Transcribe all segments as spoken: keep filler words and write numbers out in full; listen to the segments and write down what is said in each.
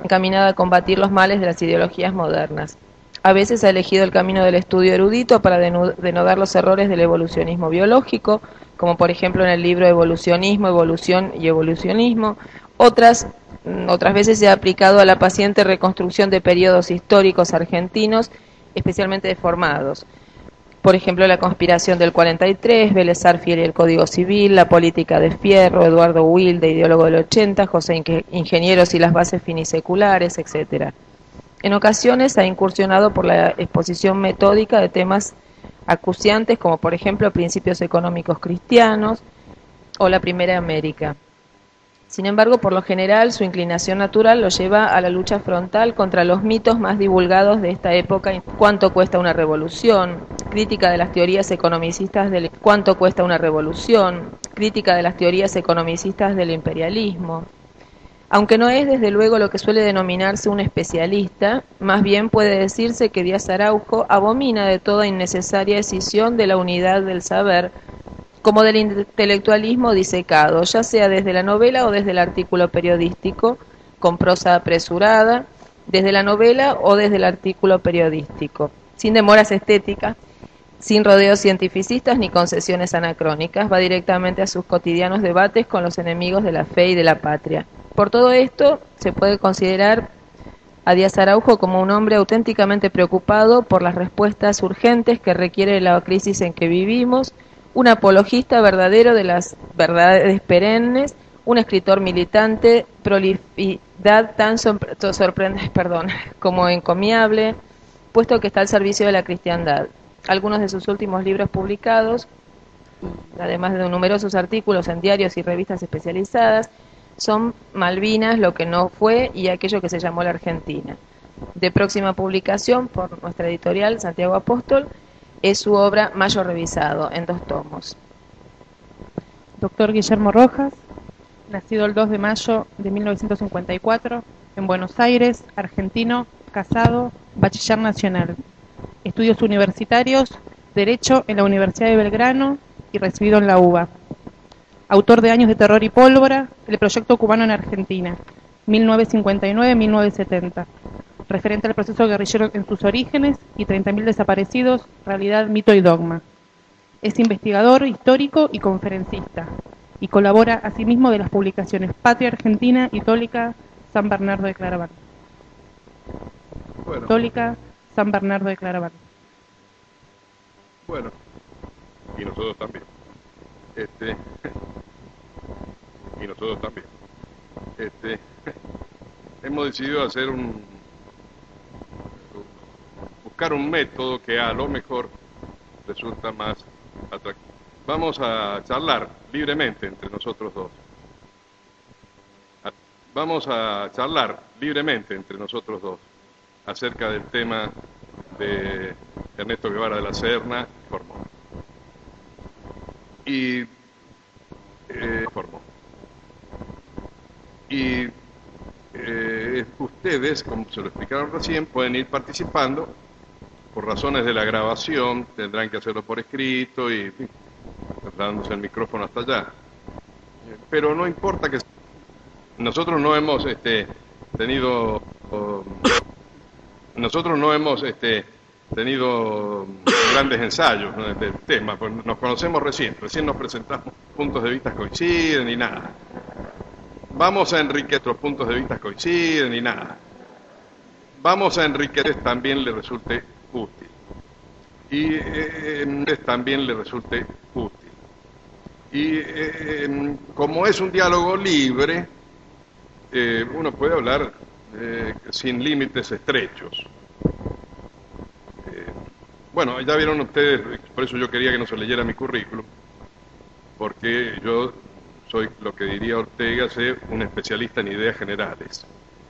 encaminada a combatir los males de las ideologías modernas. A veces ha elegido el camino del estudio erudito para denodar los errores del evolucionismo biológico, como por ejemplo en el libro Evolucionismo, Evolución y Evolucionismo. Otras, otras veces se ha aplicado a la paciente reconstrucción de periodos históricos argentinos, especialmente deformados. Por ejemplo, la conspiración del cuarenta y tres, Vélez Sarsfield y el Código Civil, la política de Fierro, Eduardo Wilde, ideólogo del ochenta, José Ingenieros y las bases finiseculares, etcétera. En ocasiones ha incursionado por la exposición metódica de temas acuciantes como por ejemplo principios económicos cristianos o la Primera América. Sin embargo, por lo general, su inclinación natural lo lleva a la lucha frontal contra los mitos más divulgados de esta época. ¿Cuánto cuesta una revolución? Crítica de las teorías economicistas del ¿cuánto cuesta una revolución? Crítica de las teorías economicistas del imperialismo. Aunque no es desde luego lo que suele denominarse un especialista, más bien puede decirse que Díaz Araujo abomina de toda innecesaria escisión de la unidad del saber, como del intelectualismo disecado, ya sea desde la novela o desde el artículo periodístico, con prosa apresurada, desde la novela o desde el artículo periodístico, sin demoras estéticas, sin rodeos cientificistas ni concesiones anacrónicas, va directamente a sus cotidianos debates con los enemigos de la fe y de la patria. Por todo esto, se puede considerar a Díaz Araujo como un hombre auténticamente preocupado por las respuestas urgentes que requiere la crisis en que vivimos, un apologista verdadero de las verdades perennes, un escritor militante, prolificidad tan sorprendente perdón, como encomiable, puesto que está al servicio de la cristiandad. Algunos de sus últimos libros publicados, además de numerosos artículos en diarios y revistas especializadas, son Malvinas, lo que no fue y aquello que se llamó la Argentina. De próxima publicación por nuestra editorial Santiago Apóstol es su obra Mayo Revisado, en dos tomos. Doctor Guillermo Rojas, nacido el dos de mayo de mil novecientos cincuenta y cuatro, en Buenos Aires, argentino, casado, bachiller nacional. Estudios universitarios, Derecho en la Universidad de Belgrano y recibido en la UBA. Autor de Años de Terror y Pólvora, el proyecto cubano en Argentina, mil novecientos cincuenta y nueve a mil novecientos setenta. Referente al proceso guerrillero en sus orígenes y treinta mil desaparecidos, realidad, mito y dogma. Es investigador, histórico y conferencista, y colabora asimismo de las publicaciones Patria Argentina y Tólica San Bernardo de Claraval. Bueno. Tólica San Bernardo de Claraval. Bueno, y nosotros también. Este, y nosotros también. Este, hemos decidido hacer un, buscar un método que a lo mejor resulta más atractivo. Vamos a charlar libremente entre nosotros dos. Vamos a charlar libremente entre nosotros dos acerca del tema de Ernesto Guevara de la Serna formó. Y eh, formó. Y eh, ustedes, como se lo explicaron recién, pueden ir participando. Por razones de la grabación tendrán que hacerlo por escrito y en fin, trasladándose el micrófono hasta allá. Pero no importa que nosotros no hemos este, tenido um, nosotros no hemos este, tenido grandes ensayos, ¿no?, del tema, pues nos conocemos recién, recién nos presentamos, puntos de vista coinciden y nada. Vamos a enriquecer, nuestros puntos de vista coinciden y nada. Vamos a enriquecer, también le resulte útil. Y eh, también le resulte útil. Y eh, como es un diálogo libre, eh, uno puede hablar eh, sin límites estrechos. Bueno, ya vieron ustedes, por eso yo quería que no se leyera mi currículum, porque yo soy, lo que diría Ortega, ser un especialista en ideas generales.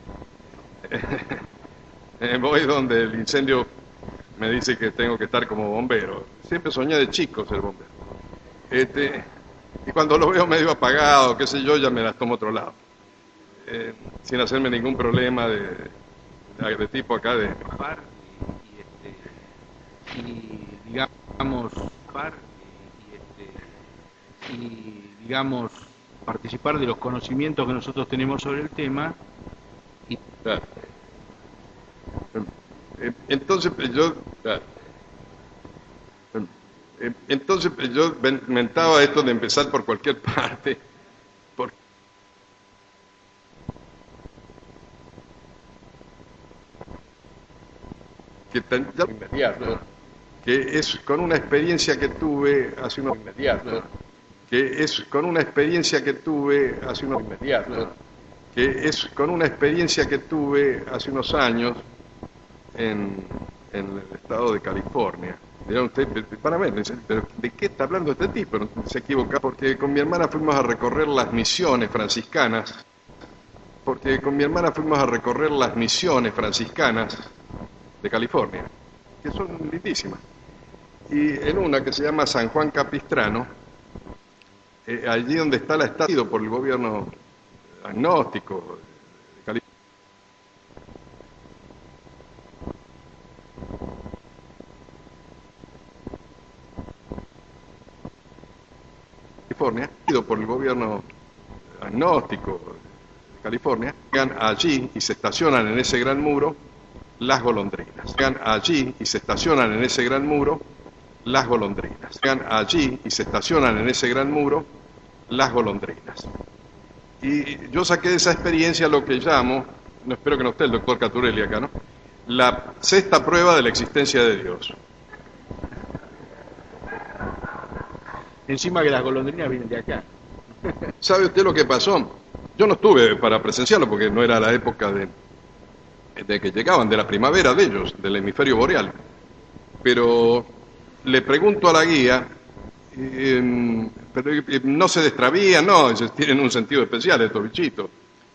Voy donde el incendio me dice que tengo que estar como bombero. Siempre soñé de chico ser bombero. Este, y cuando lo veo medio apagado, qué sé yo, ya me las tomo a otro lado. Eh, sin hacerme ningún problema de, de, de tipo acá de... y digamos par y, este, y digamos participar de los conocimientos que nosotros tenemos sobre el tema Y Claro. Entonces yo, claro. Entonces yo mentaba esto de empezar por cualquier parte, porque tan, ya, inmediato, que es con una experiencia que tuve hace unos inmediato, que es con una experiencia que tuve hace unos inmediato, que es con una experiencia que tuve hace unos años en, en el estado de California. Dirán ustedes, para ver, pero ¿de qué está hablando este tipo? Se equivoca, porque con mi hermana fuimos a recorrer las misiones franciscanas, porque con mi hermana fuimos a recorrer las misiones franciscanas de California, que son lindísimas. Y en una que se llama San Juan Capistrano, eh, allí donde está la estatua por el gobierno agnóstico de California, California, por el gobierno agnóstico de California, llegan allí y se estacionan en ese gran muro las golondrinas. Llegan allí y se estacionan en ese gran muro las golondrinas. Llegan allí y se estacionan en ese gran muro las golondrinas. Y yo saqué de esa experiencia lo que llamo, no espero que no esté el doctor Caturelli acá, ¿no?, la sexta prueba de la existencia de Dios. encima que las golondrinas vienen de acá. ¿Sabe usted lo que pasó? Yo no estuve para presenciarlo porque no era la época de, de que llegaban, de la primavera de ellos, del hemisferio boreal. Pero le pregunto a la guía, eh, pero eh, no se destravían, no, ellos tienen un sentido especial estos bichitos.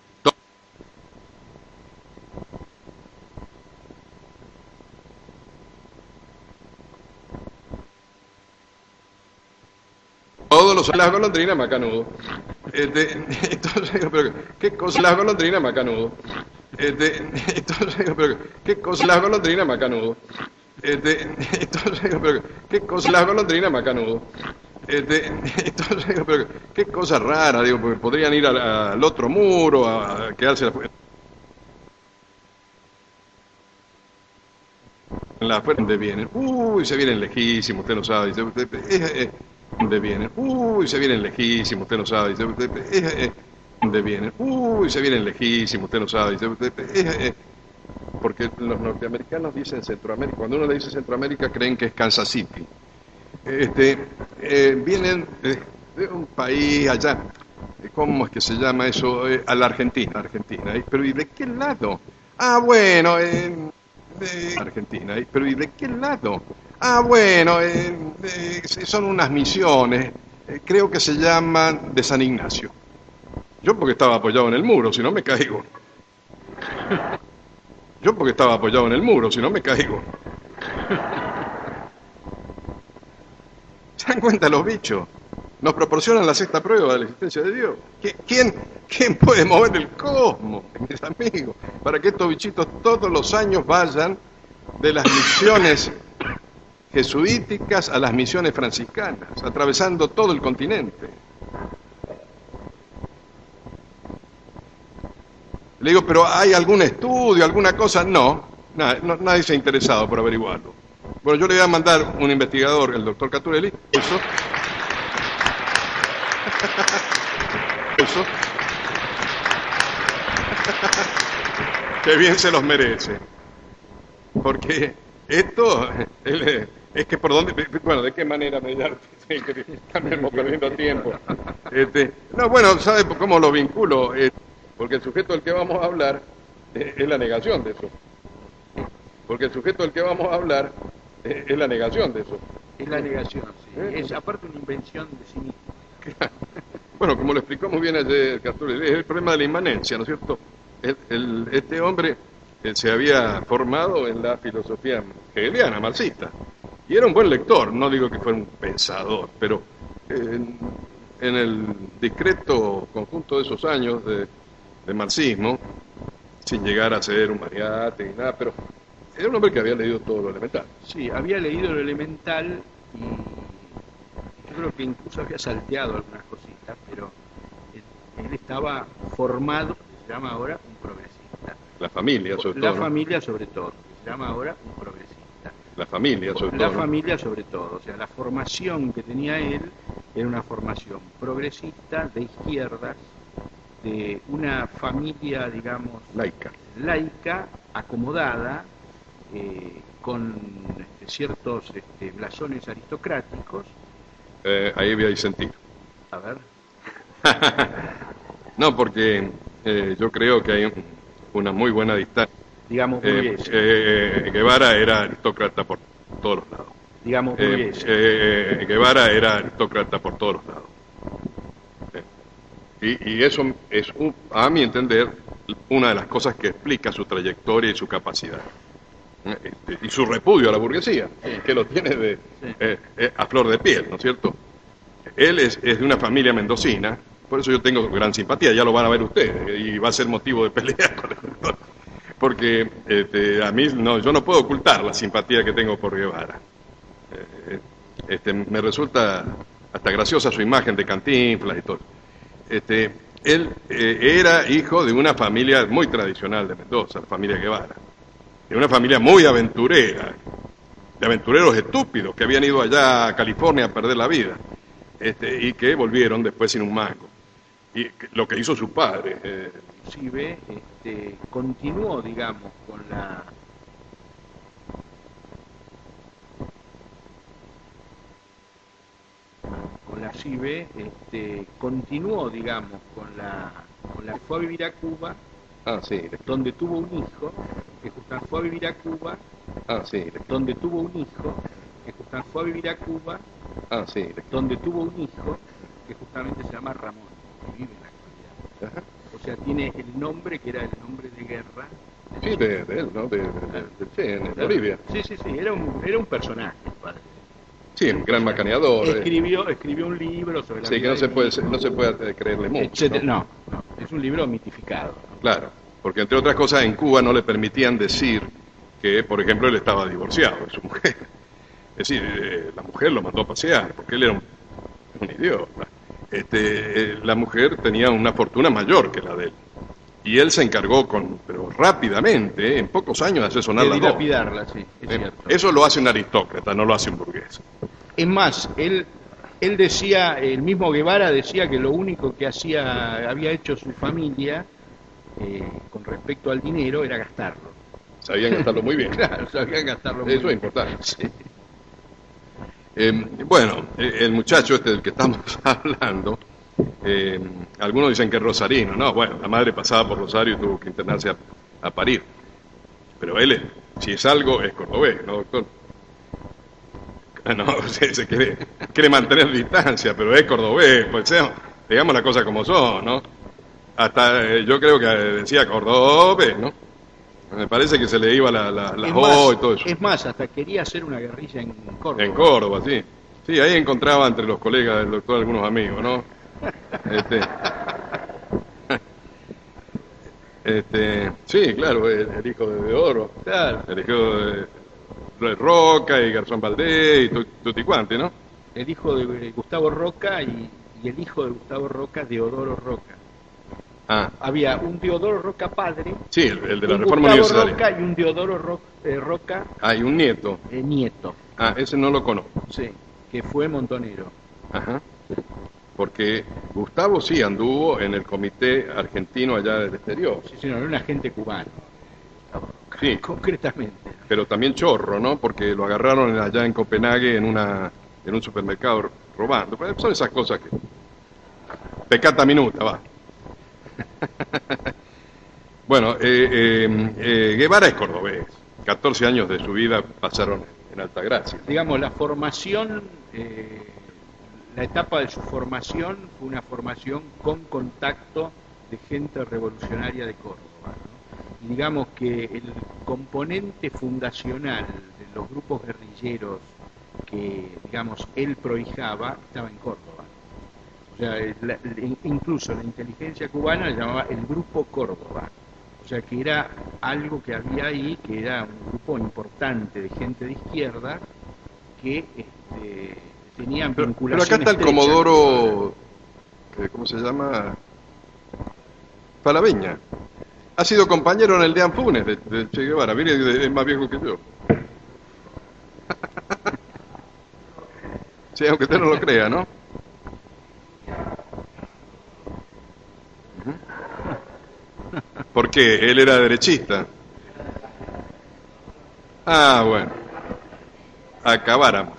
Todos los las golondrinas macanudo. Este, entonces digo, pero ¿qué cosa las golondrinas macanudo? Este, entonces digo, pero ¿qué cosa las golondrinas macanudo? Este, entonces digo, pero ¿qué cosa las golondrinas macanudo? Este, entonces digo, pero qué cosa rara, digo, porque podrían ir al, al otro muro a, a quedarse afuera. En la fuera donde vienen, uy, se vienen lejísimos, usted no sabe, dice, usted, eh, eh, ¿dónde vienen? Uy, se vienen lejísimos, usted no sabe, dice, usted, eh, eh, ¿dónde vienen? Uy, se vienen lejísimos, usted no sabe, dice, usted, eh, eh, porque los norteamericanos dicen Centroamérica, cuando uno le dice Centroamérica creen que es Kansas City. Este, eh, vienen eh, de un país allá, ¿cómo es que se llama eso? Eh, a la Argentina, Argentina, ¿eh? Pero ¿y de qué lado? Ah, bueno, eh, de Argentina, ¿eh? Pero ¿y de qué lado? Ah, bueno, eh, eh, son unas misiones, eh, creo que se llaman de San Ignacio. Yo porque estaba apoyado en el muro, si no me caigo. Yo porque estaba apoyado en el muro, si no me caigo. ¿Se dan cuenta los bichos? Nos proporcionan la sexta prueba de la existencia de Dios. ¿Quién, quién puede mover el cosmos, mis amigos, para que estos bichitos todos los años vayan de las misiones jesuíticas a las misiones franciscanas, atravesando todo el continente? Le digo, ¿pero hay algún estudio, alguna cosa? No, nada, no, nadie se ha interesado por averiguarlo. Bueno, yo le voy a mandar un investigador, el doctor Caturelli, eso. Eso. Que bien se los merece. Porque esto, él, es que por dónde, bueno, ¿de qué manera me estamos perdiendo tiempo? Este, no, bueno, ¿sabe cómo lo vinculo? Eh, porque el sujeto del que vamos a hablar eh, es la negación de eso. Porque el sujeto del que vamos a hablar eh, es la negación de eso. Es la negación, sí. ¿Eh? Es aparte una invención de sí mismo. Claro. Bueno, como lo explicó muy bien ayer Caturelli, es el problema de la inmanencia, ¿no es cierto? El, el, este hombre eh, se había formado en la filosofía hegeliana, marxista, y era un buen lector, no digo que fuera un pensador, pero en, en el discreto conjunto de esos años de, de marxismo, sin llegar a ser un mariate ni nada, pero era un hombre que había leído todo lo elemental. Sí, había leído lo elemental y yo creo que incluso había salteado algunas cositas, pero él, él estaba formado, se llama ahora un progresista. La familia, sobre La todo. ¿no? familia sobre todo, que se llama ahora un progresista. La familia, sobre La todo. ¿no? familia sobre todo, o sea, la formación que tenía él era una formación progresista, de izquierdas, de una familia, digamos, Laica. laica, acomodada, eh, con este, ciertos este, blasones aristocráticos. Eh, ahí voy a disentir. A ver, No, porque eh, yo creo que hay un- una muy buena distancia. digamos Eh, burgueses, eh, Guevara era aristócrata por todos los lados. digamos Eh, burgueses. eh, Guevara era aristócrata por todos los lados. Eh, Y, y eso es, un- a mi entender, una de las cosas que explica su trayectoria y su capacidad. Eh, este, y su repudio a la burguesía, que lo tiene de, Sí. eh, eh, a flor de piel, ¿no es cierto? Él es, es de una familia mendocina, por eso yo tengo gran simpatía, ya lo van a ver ustedes, y va a ser motivo de pelea con el doctor. Porque este, a mí, no, yo no puedo ocultar la simpatía que tengo por Guevara. Eh, este, me resulta hasta graciosa su imagen de Cantinflas y todo. Este, él eh, era hijo de una familia muy tradicional de Mendoza, la familia Guevara, de una familia muy aventurera, de aventureros estúpidos que habían ido allá a California a perder la vida, este, y que volvieron después sin un mango. Y que- lo que hizo su padre, eh, Inclusive este, continuó, digamos, con la con la CIBE, este, continuó, digamos, con la con la fue a vivir a Cuba, ah, sí, donde tuvo un hijo, que justamente fue a vivir a Cuba, ah, sí, donde tuvo un hijo, que justamente fue a vivir a Cuba, ah, sí, donde tuvo un hijo, que justamente se llama Ramón, que vive en la actualidad. ajá. O sea, tiene el nombre que era el nombre de guerra. Sí, de, de él, ¿no? De, de- de- sí, en Bolivia. Sí, sí, sí, era un, era un personaje, el padre. Sí, un gran macaneador. eh. Escribió, escribió un libro sobre la Sí, que vida no se del puede, hijo, no se puede creerle mucho. etcétera. ¿no? No, no, es un libro mitificado. ¿no? Claro, porque entre otras cosas en Cuba no le permitían decir que, por ejemplo, él estaba divorciado de su mujer. Es decir, eh, la mujer lo mandó a pasear, porque él era un, un idiota. Este, eh, la mujer tenía una fortuna mayor que la de él. Y él se encargó, con, pero rápidamente, eh, en pocos años, de hacer sonar De las dos. dilapidarla, sí, es Eh, cierto. Eso lo hace un aristócrata, no lo hace un burgués. Es más, él, él decía, el mismo Guevara decía que lo único que hacía, había hecho su familia eh, con respecto al dinero era gastarlo. Sabían gastarlo muy bien. Claro, sabía gastarlo muy Eso es bien. importante. Sí. Eh, bueno, eh, el muchacho este del que estamos hablando, eh, algunos dicen que es rosarino, no, bueno, la madre pasaba por Rosario y tuvo que internarse a, a parir. Pero él, es- si es algo, es cordobés, ¿no, doctor? Ah, no, se, se quiere, quiere mantener distancia, pero es cordobés, pues sea, digamos las cosas como son, ¿no? Hasta eh, yo creo que decía cordobés, ¿no? Me parece que se le iba la, la, la Es O más, y todo eso. es más, hasta quería hacer una guerrilla en Córdoba. En Córdoba, sí. Sí, ahí encontraba entre los colegas del doctor algunos amigos, ¿no? Este, este, sí, claro, el, el hijo de, de Oro, Claro, el hijo de, de Roca y Garzón Valdés y tu- tutti quanti, ¿no? el hijo de Gustavo Roca y, y el hijo de Gustavo Roca, Deodoro Roca. Ah, Había un Deodoro Roca padre, sí, el, el de la un reforma Gustavo universitaria. Roca y un Deodoro Ro- eh, Roca Ah, y un nieto. eh, nieto, Ah, ese no lo conozco. sí, que fue montonero. Ajá. Porque Gustavo sí anduvo en el comité argentino allá del exterior. Sí, señor, era un agente cubano. Gustavo Roca, Sí. concretamente. Pero también chorro, ¿no? Porque lo agarraron allá en Copenhague en una en un supermercado robando. Pues son esas cosas que... Pecata minuta, va. Bueno, eh, eh, eh, Guevara es cordobés. catorce años de su vida pasaron en Altagracia. Digamos, la formación, eh, la etapa de su formación fue una formación con contacto de gente revolucionaria de Córdoba, ¿no? Y digamos que el componente fundacional de los grupos guerrilleros que, digamos, él prohijaba estaba en Córdoba. O sea, la- la- incluso la inteligencia cubana le llamaba el Grupo Córdoba. O sea, que era algo que había ahí, que era un grupo importante de gente de izquierda que este, tenían Pero, pero vinculación acá está el estrecha. Comodoro, eh, ¿cómo se llama? Palaveña. Ha sido compañero en el de Anfunes, de, de Che Guevara. Mire, es más viejo que yo. Sí, aunque usted no lo crea, ¿no? ¿Por qué? Él era derechista. Ah, bueno. Acabáramos.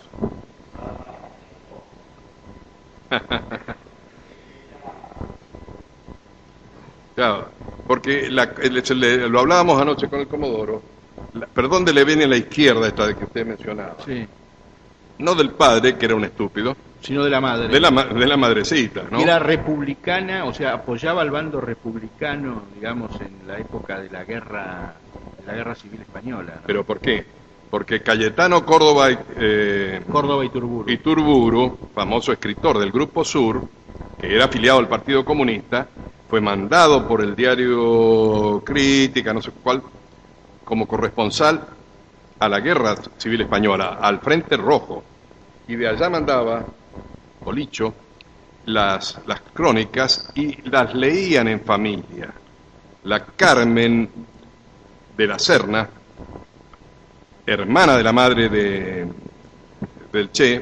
Claro, porque la, el, le, lo hablábamos anoche con el Comodoro. La, perdón, de le viene a la izquierda esta de que usted mencionaba. Sí. No del padre, que era un estúpido, sino de la madre. De la, de la madrecita, ¿no? Era republicana, o sea, apoyaba al bando republicano, digamos, en la época de la guerra, de la guerra civil española, ¿no? ¿Pero por qué? Porque Cayetano Córdoba eh, Córdoba Iturburu. Iturburu, famoso escritor del Grupo Sur, que era afiliado al Partido Comunista, fue mandado por el diario Crítica, no sé cuál, como corresponsal a la Guerra Civil Española, al Frente Rojo, y de allá mandaba Bolicho las, las crónicas y las leían en familia. La Carmen de la Serna, hermana de la madre de, del Che,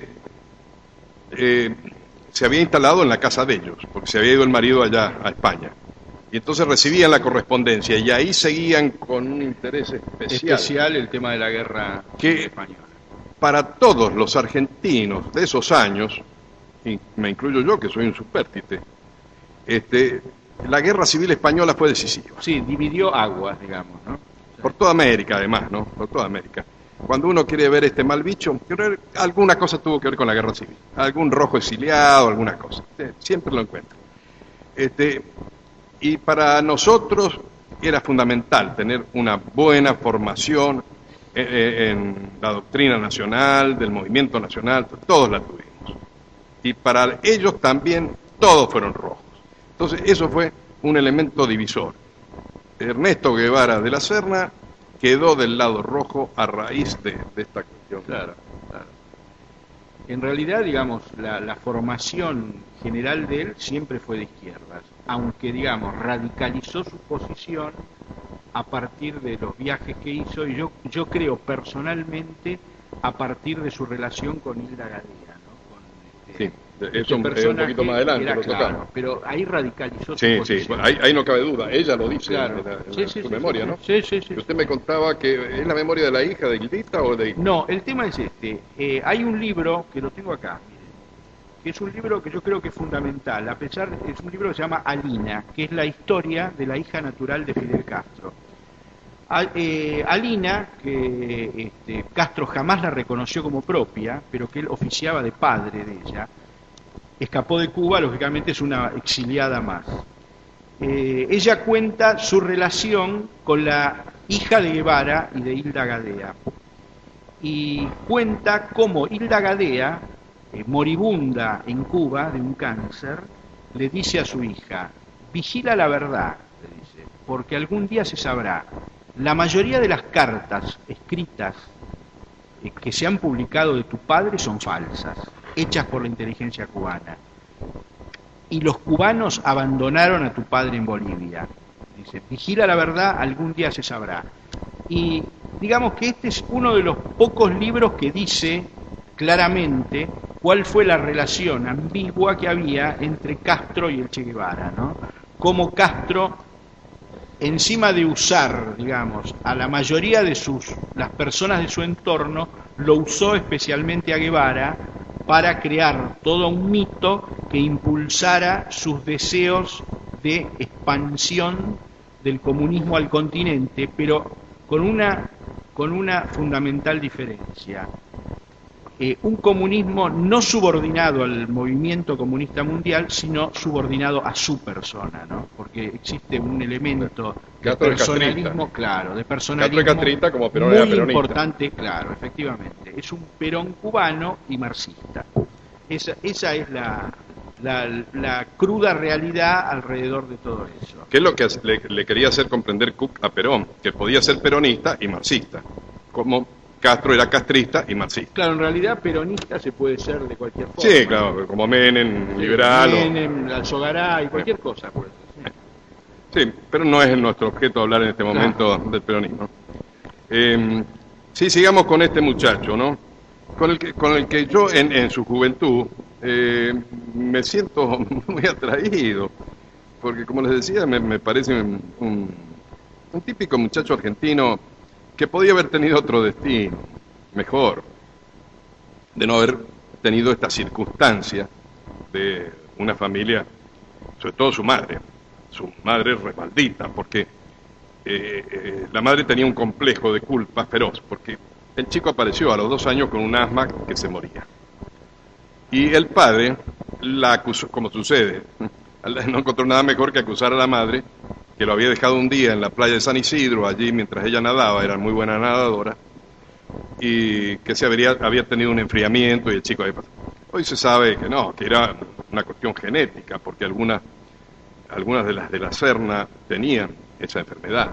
eh, se había instalado en la casa de ellos, porque se había ido el marido allá a España. Y entonces recibían la correspondencia y ahí seguían con un interés especial. Especial el tema de la guerra que española. Para todos los argentinos de esos años, y me incluyo yo que soy un subvértite, este, la guerra civil española fue decisiva. Sí, dividió aguas, digamos, ¿no? O sea, por toda América, además, ¿no? Por toda América. Cuando uno quiere ver este mal bicho, alguna cosa tuvo que ver con la guerra civil. Algún rojo exiliado, alguna cosa. Siempre lo encuentro. Este, y para nosotros era fundamental tener una buena formación en la doctrina nacional, del movimiento nacional, todos la tuvimos. Y para ellos también todos fueron rojos. Entonces eso fue un elemento divisor. Ernesto Guevara de la Serna quedó del lado rojo a raíz de, de esta cuestión. Claro, claro. En realidad, digamos, la, la formación general de él siempre fue de izquierdas, aunque, digamos, radicalizó su posición a partir de los viajes que hizo, y yo, yo creo personalmente a partir de su relación con Hilda Gadea, ¿no? Con este, sí, eso este es un poquito más adelante, era, lo claro, tocamos. pero ahí radicalizó su sí, posición. Sí, bueno, ahí, ahí no cabe duda, ella lo dice claro. en, la, en sí, la, sí, su sí, memoria, sí, ¿no? Sí, sí, sí. Usted me contaba que es la memoria de la hija de Hildita o de... No, el tema es este, eh, hay un libro que lo tengo acá, que es un libro que yo creo que es fundamental, a pesar de, es un libro que se llama Alina, que es la historia de la hija natural de Fidel Castro. A, eh, Alina, que este, Castro jamás la reconoció como propia, pero que él oficiaba de padre de ella, escapó de Cuba, lógicamente es una exiliada más. Eh, ella cuenta su relación con la hija de Guevara y de Hilda Gadea, y cuenta cómo Hilda Gadea, Eh, moribunda en Cuba de un cáncer, le dice a su hija: vigila la verdad, le dice, porque algún día se sabrá. La mayoría de las cartas escritas eh, que se han publicado de tu padre son falsas, hechas por la inteligencia cubana. Y los cubanos abandonaron a tu padre en Bolivia. Dice, vigila la verdad, algún día se sabrá. Y digamos que este es uno de los pocos libros que dice claramente cuál fue la relación ambigua que había entre Castro y el Che Guevara, ¿no? Cómo Castro, encima de usar, digamos, a la mayoría de sus, las personas de su entorno, lo usó especialmente a Guevara para crear todo un mito que impulsara sus deseos de expansión del comunismo al continente, pero con una, con una fundamental diferencia. Eh, un comunismo no subordinado al movimiento comunista mundial, sino subordinado a su persona, ¿no? Porque existe un elemento de Castro personalismo, claro, de personalismo Castrista, como Perón muy era peronista. importante, claro, efectivamente. Es un Perón cubano y marxista. Esa, esa es la, la, la cruda realidad alrededor de todo eso. ¿Qué es lo que le, le quería hacer comprender Cook a Perón? Que podía ser peronista y marxista, como Castro era castrista y marxista. Claro, en realidad peronista se puede ser de cualquier forma. Sí, claro, como Menem, Sí, liberal. Menem, o... Alzogaray, cualquier cosa. Pues. Sí, Sí, pero no es nuestro objeto hablar en este momento Claro. del peronismo. Eh, sí, sigamos con este muchacho, ¿no? Con el que, con el que yo en, en su juventud eh, me siento muy atraído, porque como les decía, me, me parece un, un, un típico muchacho argentino que podía haber tenido otro destino, mejor, de no haber tenido esta circunstancia de una familia, sobre todo su madre, su madre respaldita, porque eh, eh, la madre tenía un complejo de culpa feroz, porque el chico apareció a los dos años con un asma que se moría. Y el padre la acusó, como sucede, no encontró nada mejor que acusar a la madre, que lo había dejado un día en la playa de San Isidro, allí mientras ella nadaba, era muy buena nadadora, y que se habría, había tenido un enfriamiento y el chico había pasado. Hoy se sabe que no, que era una cuestión genética, porque algunas, algunas de las de la Serna tenían esa enfermedad.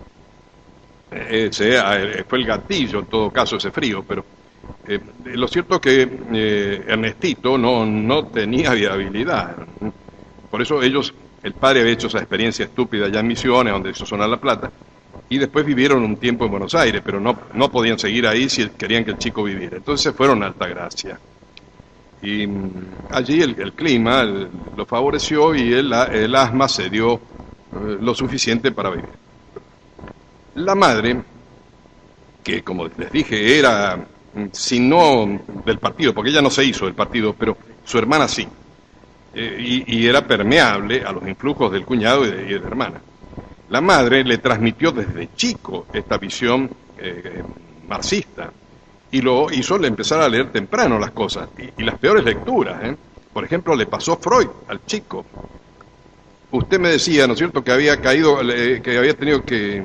Ese eh, fue el gatillo, en todo caso, ese frío, pero eh, lo cierto es que eh, Ernestito no, no tenía viabilidad. Por eso ellos, el padre había hecho esa experiencia estúpida allá en Misiones, donde hizo sonar la plata, y después vivieron un tiempo en Buenos Aires, pero no, no podían seguir ahí si querían que el chico viviera. Entonces se fueron a Altagracia. Y mm, allí el, el clima el, lo favoreció y el, el asma se dio eh, lo suficiente para vivir. La madre, que como les dije era, mm, si no del partido, porque ella no se hizo del partido, pero su hermana sí, eh, y, y era permeable a los influjos del cuñado y de, y de la hermana. La madre le transmitió desde chico esta visión eh, marxista y lo hizo le empezar a leer temprano las cosas y, y las peores lecturas. ¿eh? Por ejemplo, le pasó Freud al chico. Usted me decía, ¿no es cierto?, que había caído, eh, que había tenido que...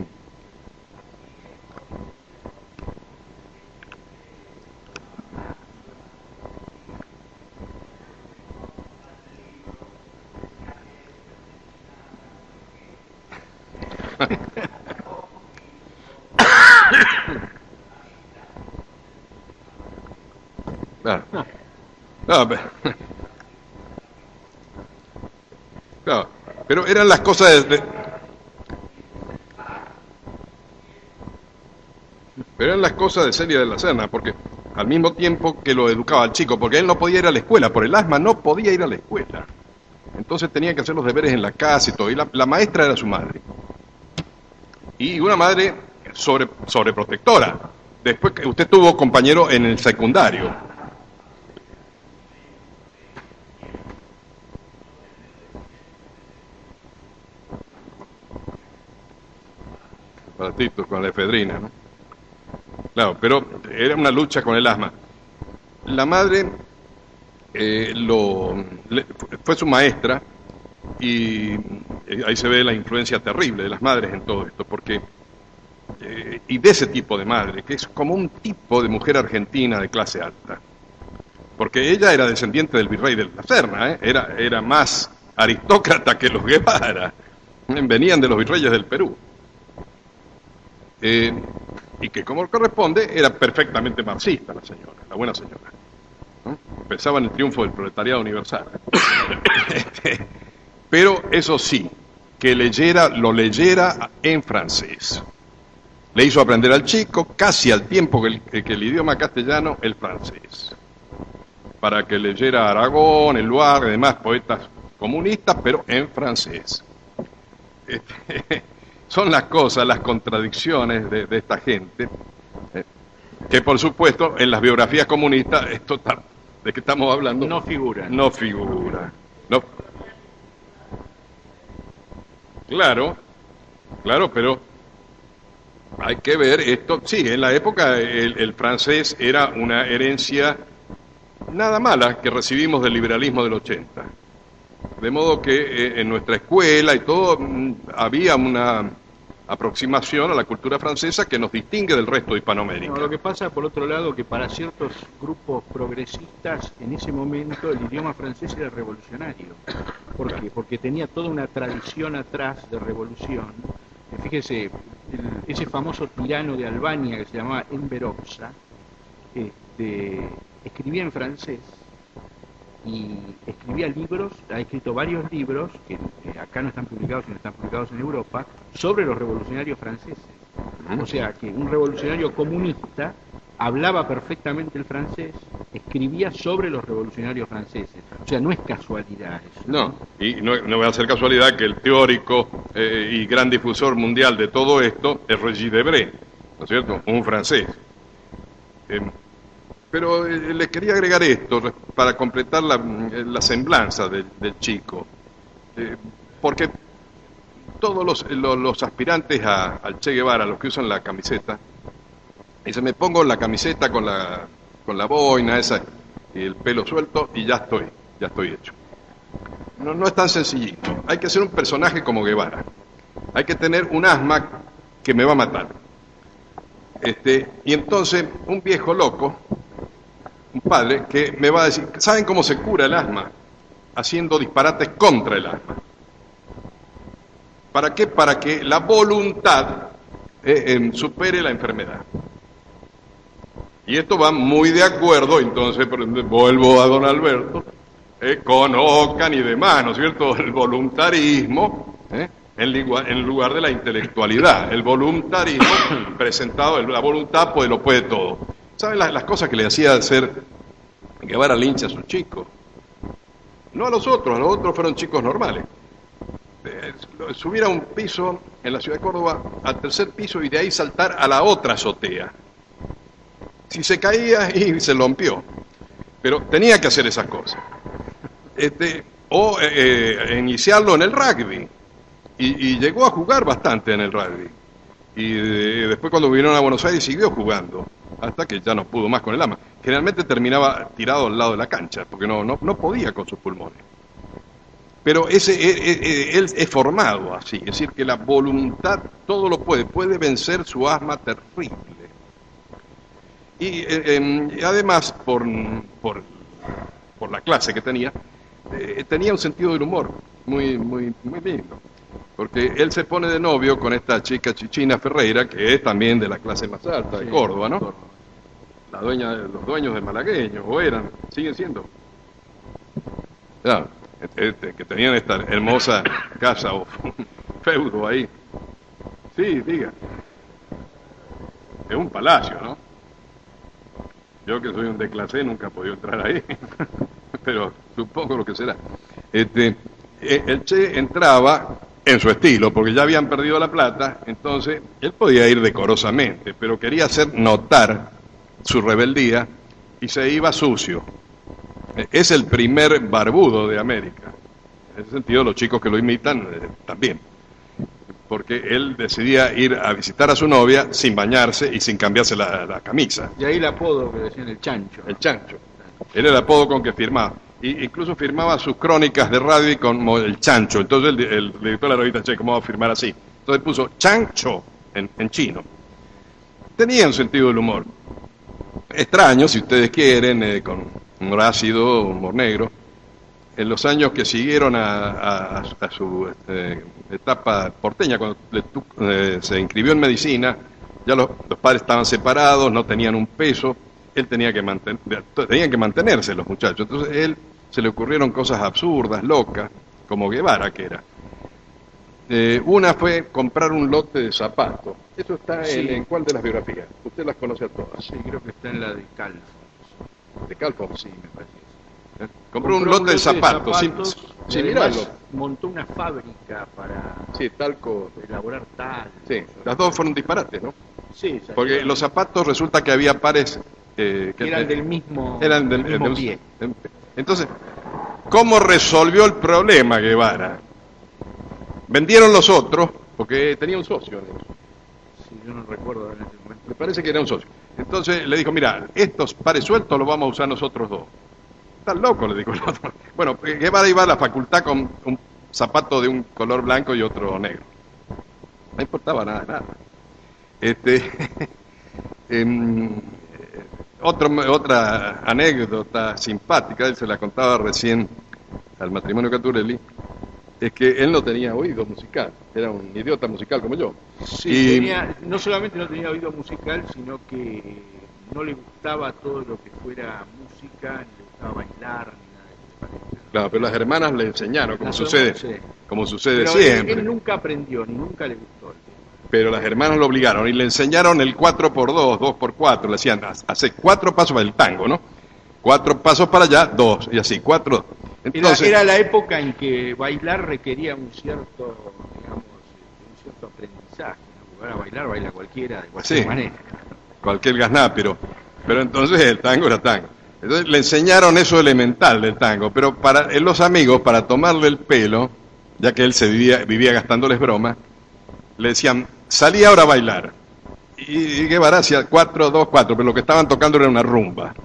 Claro. No, pero, claro, pero eran las cosas de, de- pero eran las cosas de Celia de la Serna, porque al mismo tiempo que lo educaba al chico, porque él no podía ir a la escuela, por el asma no podía ir a la escuela. Entonces tenía que hacer los deberes en la casa y todo, y la, la maestra era su madre. Y una madre sobre, sobreprotectora. Después que usted tuvo compañero en el secundario. Baratito, con la efedrina, ¿no? Claro, pero era una lucha con el asma. La madre eh, lo, le- fue su maestra y eh, ahí se ve la influencia terrible de las madres en todo esto, porque eh, y de ese tipo de madre, que es como un tipo de mujer argentina de clase alta, porque ella era descendiente del virrey de la Serna, ¿eh? era, era más aristócrata que los Guevara, venían de los virreyes del Perú. Eh, y que como corresponde era perfectamente marxista la señora, la buena señora, ¿no? Pensaba en el triunfo del proletariado universal. Pero eso sí, que leyera, lo leyera en francés. Le hizo aprender al chico, casi al tiempo que el, que el idioma castellano, el francés, para que leyera Aragón, Eluard y demás poetas comunistas, pero en francés. Este, son las cosas, las contradicciones de, de esta gente, eh, que por supuesto en las biografías comunistas, esto está, ¿de qué estamos hablando? No figura. No figura. No. Claro, claro, pero hay que ver esto. Sí, en la época el, el francés era una herencia nada mala que recibimos del liberalismo del ochenta. De modo que eh, en nuestra escuela y todo mm, había una aproximación a la cultura francesa que nos distingue del resto de Hispanoamérica. No, lo que pasa, por otro lado, que para ciertos grupos progresistas, en ese momento el idioma francés era revolucionario. ¿Por qué? Porque tenía toda una tradición atrás de revolución. Eh, Fíjese, el- ese famoso tirano de Albania que se llamaba Enver Hoxha, este, escribía en francés y escribía libros, ha escrito varios libros que eh, acá no están publicados, sino están publicados en Europa, sobre los revolucionarios franceses. O sea, que un revolucionario comunista hablaba perfectamente el francés, escribía sobre los revolucionarios franceses. O sea, no es casualidad eso. No, y no, no va a ser casualidad que el teórico eh, y gran difusor mundial de todo esto es Regis Debray, ¿no es cierto? Un francés. Eh, pero eh, le quería agregar esto para completar la, la semblanza de, del chico, eh, porque todos los, los, los aspirantes a, al Che Guevara, los que usan la camiseta, y se me pongo la camiseta con la, con la boina esa y el pelo suelto y ya estoy, ya estoy hecho. No, no es tan sencillito. Hay que ser un personaje como Guevara. Hay que tener un asma que me va a matar. Este, y entonces un viejo loco, un padre, que me va a decir, ¿saben cómo se cura el asma? Haciendo disparates contra el asma. ¿Para qué? Para que la voluntad eh, eh, supere la enfermedad. Y esto va muy de acuerdo, entonces, vuelvo a don Alberto, eh, con Ockham y demás, ¿no es cierto? El voluntarismo, eh, en, lugar, en lugar de la intelectualidad. El voluntarismo presentado, la voluntad pues lo puede todo. ¿Saben las, las cosas que le hacía hacer Guevara Lynch a sus chicos? No a los otros, a los otros fueron chicos normales. Eh, subir a un piso en la ciudad de Córdoba, al tercer piso, y de ahí saltar a la otra azotea. Si se caía y se rompió, pero tenía que hacer esas cosas. Este, o eh, eh, iniciarlo en el rugby, y, y llegó a jugar bastante en el rugby. Y eh, después cuando vinieron a Buenos Aires siguió jugando, hasta que ya no pudo más con el asma. Generalmente terminaba tirado al lado de la cancha, porque no, no, no podía con sus pulmones. Pero ese, eh, eh, él es formado así, es decir, que la voluntad todo lo puede, puede vencer su asma terrible. Y eh, eh, además, por, por, por la clase que tenía, eh, tenía un sentido del humor muy, muy, muy lindo. Porque él se pone de novio con esta chica Chichina Ferreira, que es también de la clase más alta de Córdoba, ¿no? La dueña, los dueños de Malagueño, o eran, siguen siendo. Claro, este, que tenían esta hermosa casa o feudo ahí. Sí, diga. Es un palacio, ¿no? Yo que soy un de clase nunca he podido entrar ahí, pero supongo lo que será. Este, el Che entraba en su estilo, porque ya habían perdido la plata, entonces él podía ir decorosamente, pero quería hacer notar su rebeldía y se iba sucio. Es el primer barbudo de América. En ese sentido, los chicos que lo imitan eh, también. Porque él decidía ir a visitar a su novia sin bañarse y sin cambiarse la, la camisa. Y ahí el apodo que decían el chancho. El chancho. Era el apodo con que firmaba. Y incluso firmaba sus crónicas de radio como el chancho. Entonces el, el director de la revista, Che, ¿cómo va a firmar así? Entonces puso chancho en, en chino. Tenía un sentido del humor. Extraño, si ustedes quieren, eh, con humor ácido, humor negro. En los años que siguieron a, a, a su eh, etapa porteña, cuando le, eh, se inscribió en medicina, ya los, los padres estaban separados, no tenían un peso, él tenía que mantener, tenían que mantenerse los muchachos. Entonces él se le ocurrieron cosas absurdas, locas, como Guevara que era. Eh, una fue comprar un lote de zapatos. Eso está Sí. en, en cuál de las biografías. Usted las conoce a todas. Sí, creo que está en la de Calfons. De Calfons. Sí, me parece. ¿Eh? Compró un lote de zapatos, sin, zapatos, sin y además mirarlo. montó una fábrica para Sí, talco. elaborar tal. Sí, las dos fueron disparates, ¿no? Sí, Porque los zapatos resulta que había pares eh, que eran del mismo, eran del, del mismo del- pie. Entonces, ¿cómo resolvió el problema Guevara? Vendieron los otros, porque tenía un socio en eso. Sí, yo no recuerdo en ese momento. Me parece que era un socio. Entonces le dijo, mira, estos pares sueltos los vamos a usar nosotros dos. Estás loco, le dijo el otro. Bueno, Guevara iba a la facultad con un zapato de un color blanco y otro negro. No importaba nada, nada. Este, em, otro, otra anécdota simpática, él se la contaba recién al matrimonio Caturelli, es que él no tenía oído musical, era un idiota musical como yo. Sí, Y- tenía- no solamente no tenía oído musical, sino que no le gustaba todo lo que fuera música, ni le gustaba bailar, ni nada de eso. Claro, pero las hermanas le enseñaron, como Las sucede, hermanas, sí. como sucede Pero siempre. Él, él nunca aprendió, ni nunca le gustó el tema. Pero las hermanas lo obligaron y le enseñaron el cuatro por dos, dos por cuatro, le hacían hacer cuatro pasos para el tango, ¿no? Cuatro pasos para allá, dos, y así, cuatro. Entonces, Era, era la época en que bailar requería un cierto, digamos, un cierto aprendizaje, ¿no? Porque ahora bailar baila cualquiera de cualquier Sí. manera. cualquier gasná, pero, pero entonces el tango era tango. Entonces le enseñaron eso elemental del tango, pero para eh, los amigos, para tomarle el pelo, ya que él se vivía, vivía gastándoles bromas, le decían, salí ahora a bailar. Y, y Guevara hacía cuatro, dos, cuatro, pero lo que estaban tocando era una rumba.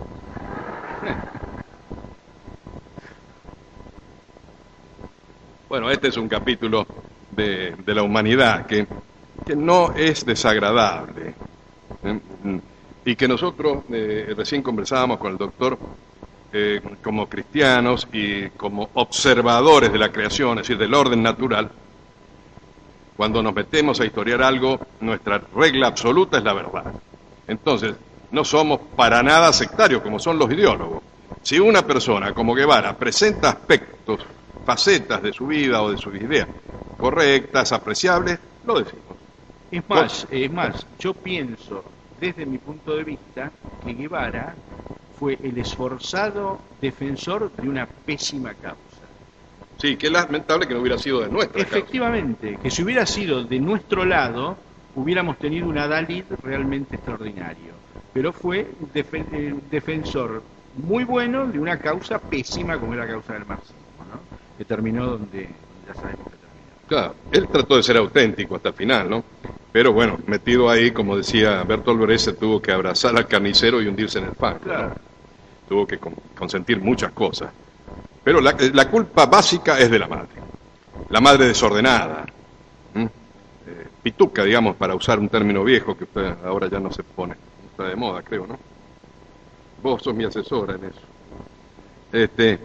Bueno, este es un capítulo de, de la humanidad que, que no es desagradable. ¿eh? Y que nosotros eh, recién conversábamos con el doctor eh, como cristianos y como observadores de la creación, es decir, del orden natural. Cuando nos metemos a historiar algo, nuestra regla absoluta es la verdad. Entonces, no somos para nada sectarios como son los ideólogos. Si una persona como Guevara presenta aspectos, facetas de su vida o de sus ideas correctas, apreciables, lo decimos. Es más, es más, yo pienso, desde mi punto de vista, que Guevara fue el esforzado defensor de una pésima causa. Sí, que es lamentable que no hubiera sido de nuestra causa. Efectivamente, que si hubiera sido de nuestro lado, hubiéramos tenido un Adalid realmente extraordinario. Pero fue defen eh, defensor muy bueno de una causa pésima como era la causa del marxismo, ¿no? Que terminó donde, donde ya sabemos que terminó. Claro, él trató de ser auténtico hasta el final, ¿no? Pero bueno, metido ahí, como decía Bertolt Brecht, se tuvo que abrazar al carnicero y hundirse en el fango, Claro. ¿no? Tuvo que con consentir muchas cosas. Pero la, la culpa básica es de la madre. La madre desordenada. ¿Mm? Eh, pituca, digamos, para usar un término viejo que usted ahora ya no se pone. Está de moda, creo, ¿no? Vos sos mi asesora en eso. Este,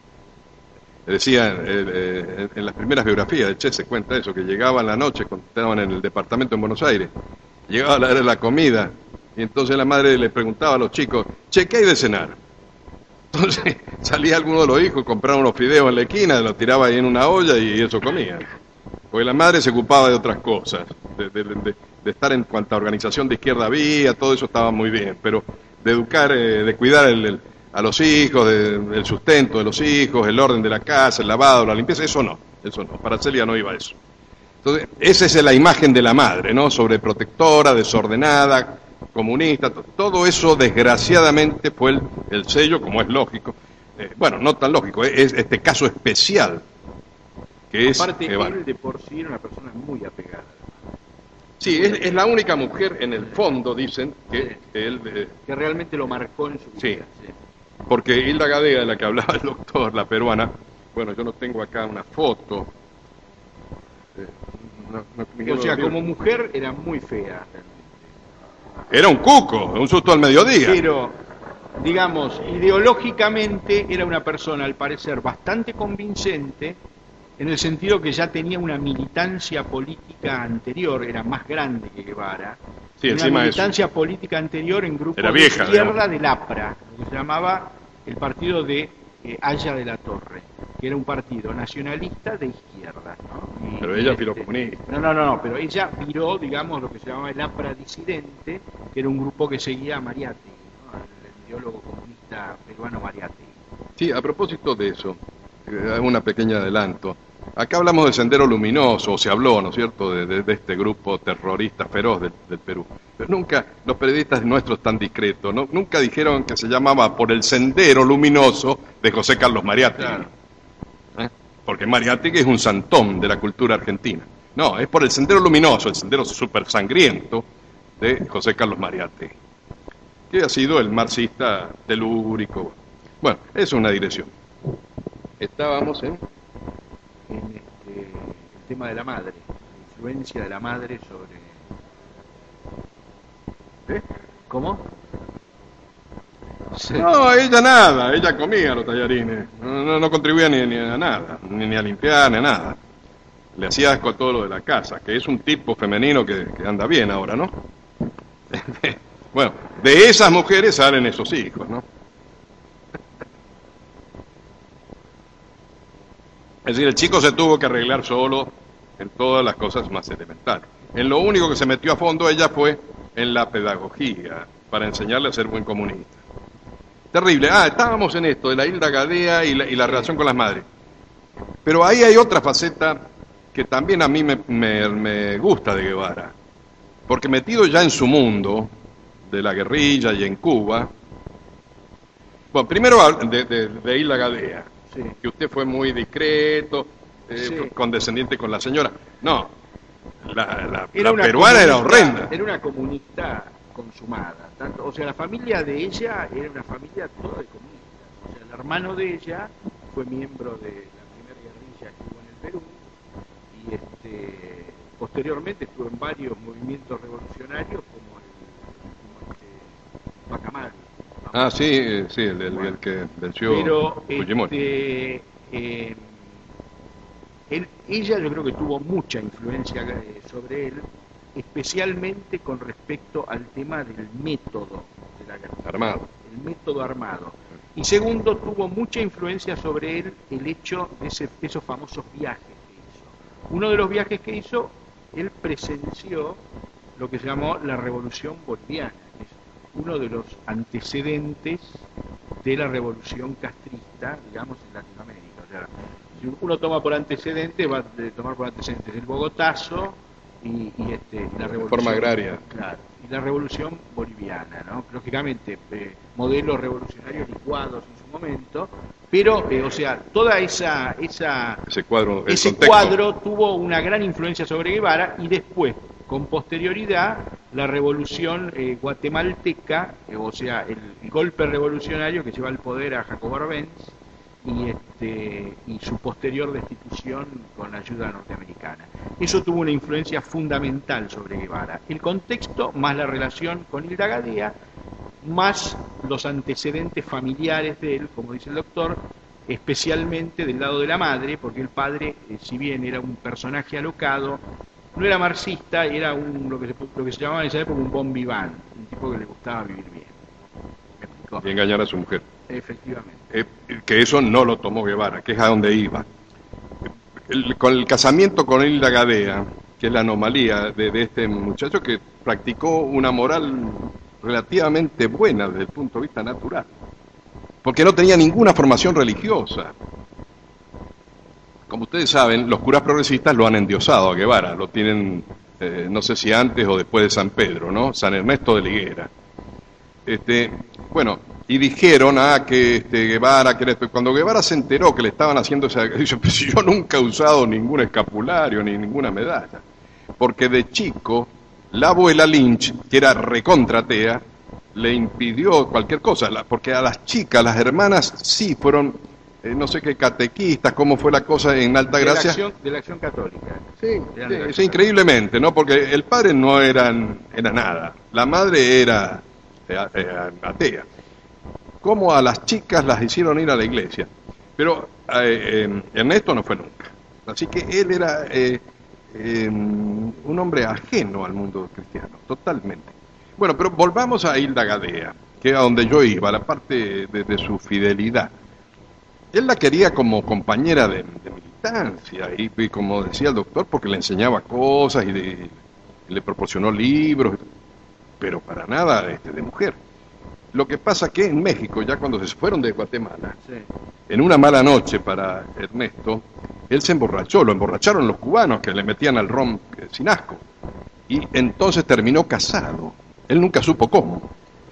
decía, eh, eh, en las primeras biografías de Che se cuenta eso, que llegaba en la noche, cuando estaban en el departamento en Buenos Aires, llegaba a la hora de la comida, y entonces la madre le preguntaba a los chicos, Che, ¿qué hay de cenar? Entonces salía alguno de los hijos, compraba unos fideos en la esquina, los tiraba ahí en una olla y eso comían. Porque la madre se ocupaba de otras cosas, de, de, de, de estar en cuanta organización de izquierda había, todo eso estaba muy bien, pero de educar, eh, de cuidar el, el, a los hijos, de, del sustento de los hijos, el orden de la casa, el lavado, la limpieza, eso no, eso no, para Celia no iba eso. Entonces, esa es la imagen de la madre, ¿no? Sobreprotectora, desordenada, comunista, todo eso desgraciadamente fue el, el sello, como es lógico, eh, bueno, no tan lógico, es, es este caso especial, que es Aparte, Guevara. él de por sí era una persona muy apegada. Sí, es, es la única mujer en el fondo, dicen, que él, eh, Que realmente lo marcó en su Sí. vida. Sí. porque Hilda Gadea, de la que hablaba el doctor, la peruana, bueno, yo no tengo acá una foto. Eh, no- no- ninguno O sea, lo vio. como mujer era muy fea. Era un cuco, un susto al mediodía. Pero, digamos, ideológicamente era una persona, al parecer, bastante convincente, en el sentido que ya tenía una militancia política anterior, era más grande que Guevara. Sí, una encima de eso. militancia política anterior en grupos Era vieja, de izquierda digamos. del APRA, lo que se llamaba el partido de eh, Haya de la Torre, que era un partido nacionalista de izquierda, ¿no? Y- Pero y, ella este, viró comunista. No, no, no, no, pero ella viró, digamos, lo que se llamaba el APRA disidente, que era un grupo que seguía a Mariátegui, ¿no? El ideólogo comunista peruano Mariátegui. Sí, a propósito de eso, eh, un pequeño adelanto. Acá hablamos de Sendero Luminoso, o se habló, ¿no es cierto?, de, de- de este grupo terrorista feroz del, del Perú. Pero nunca, los periodistas nuestros tan discretos, ¿no? Nunca dijeron que se llamaba por el Sendero Luminoso de José Carlos Mariátegui. Claro. ¿Eh? Porque Mariátegui es un santón de la cultura argentina. No, es por el Sendero Luminoso, el sendero super sangriento de José Carlos Mariátegui, que ha sido el marxista telúrico. Bueno, eso es una dirección. Estábamos en... En este, el tema de la madre, la influencia de la madre sobre... ¿Eh? ¿Cómo? Sí. No, ella nada, ella comía los tallarines, no, no, no contribuía ni, ni a nada, ni, ni a limpiar, ni a nada. Le hacía asco a todo lo de la casa, que es un tipo femenino que, que anda bien ahora, ¿no? Bueno, de esas mujeres salen esos hijos, ¿no? Es decir, el chico se tuvo que arreglar solo en todas las cosas más elementales. En lo único que se metió a fondo ella fue en la pedagogía, para enseñarle a ser buen comunista. Terrible. Ah, estábamos en esto, de la Hilda Gadea y la, y la relación con las madres. Pero ahí hay otra faceta que también a mí me, me, me gusta de Guevara. Porque metido ya en su mundo, de la guerrilla y en Cuba... Bueno, primero de, de, de Hilda Gadea, sí. Que usted fue muy discreto, eh, sí. condescendiente con la señora. No, la, la, era la peruana era horrenda. Era una comunista consumada. Tanto, o sea, la familia de ella era una familia toda de comunistas. O sea, el hermano de ella fue miembro de la primera guerrilla que hubo en el Perú y este, posteriormente estuvo en varios movimientos revolucionarios como el, como este, Bacamaru. Ah, sí, sí, el, el, el que venció Pero Fujimori. Este, eh, él, ella yo creo que tuvo mucha influencia eh, sobre él, especialmente con respecto al tema del método de la guerra. Armado. El método armado. Y segundo, tuvo mucha influencia sobre él el hecho de ese, esos famosos viajes que hizo. Uno de los viajes que hizo, él presenció lo que se llamó la Revolución Boliviana, que es uno de los antecedentes de la revolución castrista, digamos, en Latinoamérica. O sea, si uno toma por antecedente, va a tomar por antecedentes el Bogotazo y, y, este, y la revolución... Forma agraria. Claro, y la revolución boliviana, ¿no? Lógicamente, eh, modelos revolucionarios licuados en su momento, pero, eh, o sea, toda esa... esa ese cuadro, ese cuadro tuvo una gran influencia sobre Guevara y después, con posterioridad, la revolución eh, guatemalteca, eh, o sea, el, el golpe revolucionario que lleva al poder a Jacobo Arbenz y, este, y su posterior destitución con la ayuda norteamericana. Eso tuvo una influencia fundamental sobre Guevara. El contexto, más la relación con Hilda Gadea, más los antecedentes familiares de él, como dice el doctor, especialmente del lado de la madre, porque el padre, eh, si bien era un personaje alocado, no era marxista, era un, lo, que se, lo que se llamaba en esa época un bon vivant, un tipo que le gustaba vivir bien. ¿Me explicó? Y engañar a su mujer. Efectivamente. Eh, que eso no lo tomó Guevara, que es a donde iba. El, con el casamiento con Hilda Gadea, que es la anomalía de, de este muchacho que practicó una moral relativamente buena desde el punto de vista natural, porque no tenía ninguna formación religiosa. Como ustedes saben, los curas progresistas lo han endiosado a Guevara, lo tienen, eh, no sé si antes o después de San Pedro, ¿no? San Ernesto de la Higuera. Este, bueno, y dijeron, ah, que este, Guevara, que esto. Cuando Guevara se enteró que le estaban haciendo ese ejercicio, pues yo nunca he usado ningún escapulario ni ninguna medalla, porque de chico, la abuela Lynch, que era recontratea, le impidió cualquier cosa, porque a las chicas, las hermanas, sí fueron... Eh, no sé qué catequistas, cómo fue la cosa en Altagracia. De la acción, de la acción católica. Sí, sí, sí, increíblemente, ¿no? Porque el padre no era, era nada, la madre era eh, eh, atea. Cómo a las chicas las hicieron ir a la iglesia. Pero eh, eh, Ernesto no fue nunca. Así que él era eh, eh, un hombre ajeno al mundo cristiano, totalmente. Bueno, pero volvamos a Hilda Gadea, que es a donde yo iba, la parte de, de su fidelidad. Él la quería como compañera de, de militancia, y, y como decía el doctor, porque le enseñaba cosas y, de, y le proporcionó libros, pero para nada este, de mujer. Lo que pasa que en México, ya cuando se fueron de Guatemala, sí. En una mala noche para Ernesto, él se emborrachó, lo emborracharon los cubanos que le metían al ron eh, sin asco, y entonces terminó casado. Él nunca supo cómo.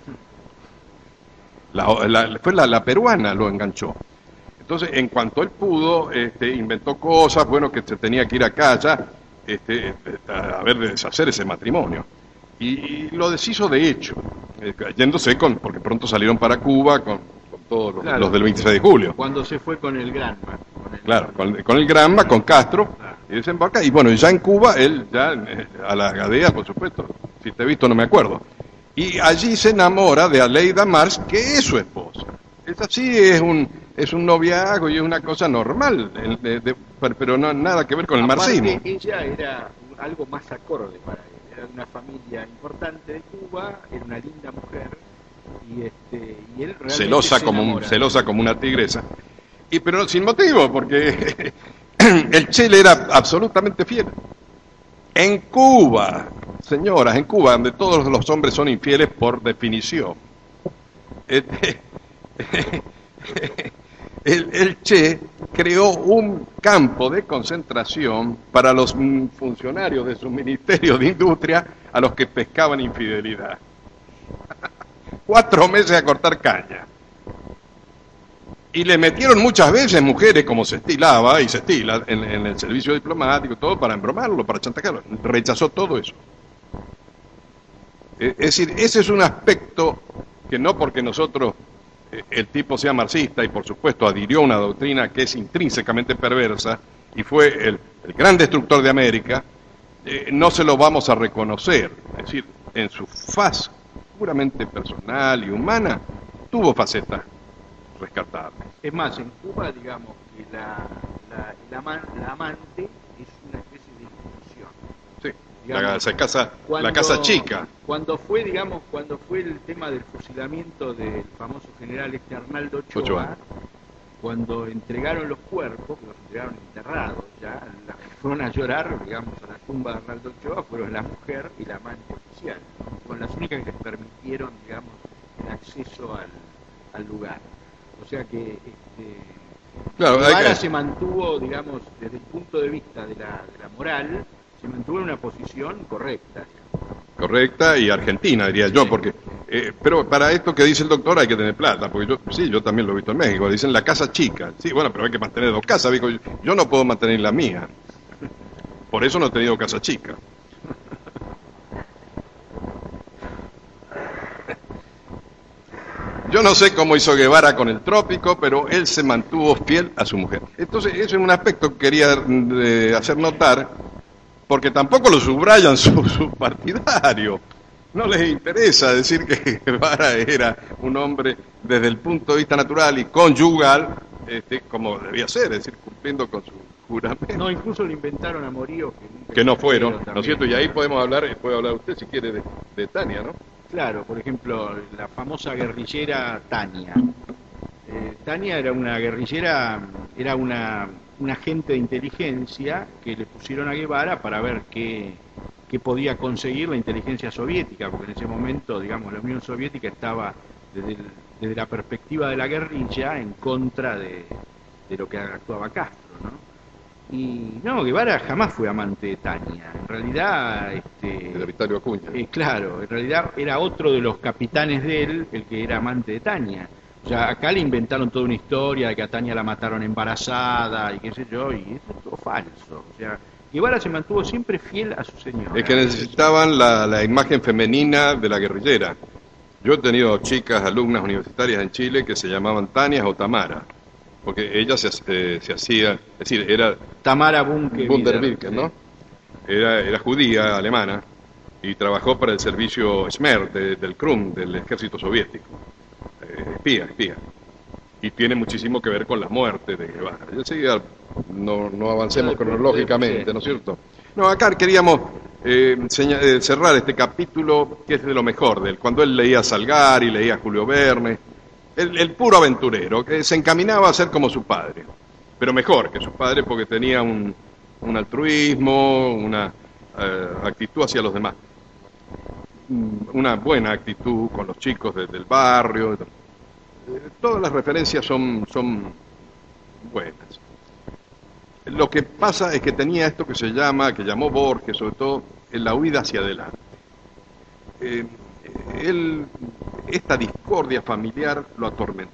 La, la, fue la, la peruana lo enganchó. Entonces, en cuanto él pudo, este, inventó cosas, bueno, que se tenía que ir acá, allá, este, a ver, de deshacer ese matrimonio. Y, y lo deshizo de hecho, eh, yéndose con, porque pronto salieron para Cuba con, con todos los, claro, los del veintiséis de julio. Cuando se fue con el Granma. Con el, claro, con, con el Granma, con Castro, claro. Y desembarca, y bueno, ya en Cuba, él ya, eh, a la Gadea, por supuesto, si te he visto no me acuerdo. Y allí se enamora de Aleida Marx, que es su esposa. Esa sí es un... es un noviazgo y es una cosa normal, de, de, pero no nada que ver con el Aparte, marxismo. Ella era algo más acorde para él, era de una familia importante de Cuba, era una linda mujer, y, este, y él realmente celosa se como enamora. un, celosa como una tigresa, y pero sin motivo, porque el Che le era absolutamente fiel. En Cuba, señoras, en Cuba, donde todos los hombres son infieles por definición, el, el, el Che creó un campo de concentración para los funcionarios de su Ministerio de Industria a los que pescaban infidelidad. Cuatro meses a cortar caña. Y le metieron muchas veces mujeres, como se estilaba y se estila en, en el servicio diplomático, todo para embromarlo, para chantajearlo. Rechazó todo eso. Es decir, ese es un aspecto que no porque nosotros, el tipo sea marxista y por supuesto adhirió a una doctrina que es intrínsecamente perversa y fue el, el gran destructor de América, eh, no se lo vamos a reconocer. Es decir, en su faz puramente personal y humana, tuvo facetas rescatables. Es más, en Cuba, digamos que la, la, el ama, la amante es una especie de institución. Sí, digamos, la, casa, cuando, la casa chica. Cuando fue, digamos, cuando fue el tema del fusilamiento del famoso general este Arnaldo Ochoa, Ochoa. Cuando entregaron los cuerpos, que los entregaron enterrados ya, las que fueron a llorar, digamos, a la tumba de Arnaldo Ochoa fueron la mujer y la amante oficial, ¿no? Fueron las únicas que les permitieron, digamos, el acceso al, al lugar. O sea que este, claro, Guevara que... se mantuvo, digamos, desde el punto de vista de la, de la moral, se mantuvo en una posición correcta. Digamos. Correcta y argentina, diría sí. yo, porque eh, pero para esto que dice el doctor hay que tener plata, porque yo sí, yo también lo he visto en México, dicen la casa chica. Sí, bueno, pero hay que mantener dos casas, digo, yo no puedo mantener la mía. Por eso no he tenido casa chica. Yo no sé cómo hizo Guevara con el trópico, pero él se mantuvo fiel a su mujer. Entonces, ese es un aspecto que quería eh, hacer notar, porque tampoco lo subrayan sus su partidarios. No les interesa decir que Guevara era un hombre desde el punto de vista natural y conyugal, este, como debía ser, es decir, cumpliendo con su juramento. No, incluso le inventaron amoríos que, que no fueron, ¿no es cierto? Y ahí podemos hablar, puede hablar usted si quiere de, de Tania, ¿no? Claro, por ejemplo, la famosa guerrillera Tania. Eh, Tania era una guerrillera, era una, una agente de inteligencia que le pusieron a Guevara para ver qué, qué podía conseguir la inteligencia soviética, porque en ese momento, digamos, la Unión Soviética estaba desde, el, desde la perspectiva de la guerrilla en contra de, de lo que actuaba Castro, ¿no? Y no, Guevara jamás fue amante de Tania. En realidad, este, de Vittorio Acuña. Eh, claro, en realidad era otro de los capitanes de él el que era amante de Tania. O sea, acá le inventaron toda una historia de que a Tania la mataron embarazada y qué sé yo, y eso es todo falso. O sea, Guevara se mantuvo siempre fiel a su señora. Es que necesitaban la, la imagen femenina de la guerrillera. Yo he tenido chicas, alumnas universitarias en Chile que se llamaban Tania o Tamara. Porque ella se, eh, se hacía, es decir, era Tamara Bunke Bunderwirken, ¿no? Era, era judía, alemana, y trabajó para el servicio Smer de, del Krum, del ejército soviético. Eh, espía, espía. Y tiene muchísimo que ver con la muerte de Guevara. Yo seguía, no, no avancemos cronológicamente, ¿no es cierto? No, acá queríamos eh, eh, cerrar este capítulo que es de lo mejor de él, cuando él leía a Salgari, leía a Julio Verne. El, el puro aventurero, que se encaminaba a ser como su padre, pero mejor que su padre porque tenía un, un altruismo, una eh, actitud hacia los demás, una buena actitud con los chicos de, del barrio. Eh, todas las referencias son, son buenas. Lo que pasa es que tenía esto que se llama, que llamó Borges, sobre todo, en la huida hacia adelante. Eh, él... Esta discordia familiar lo atormentó.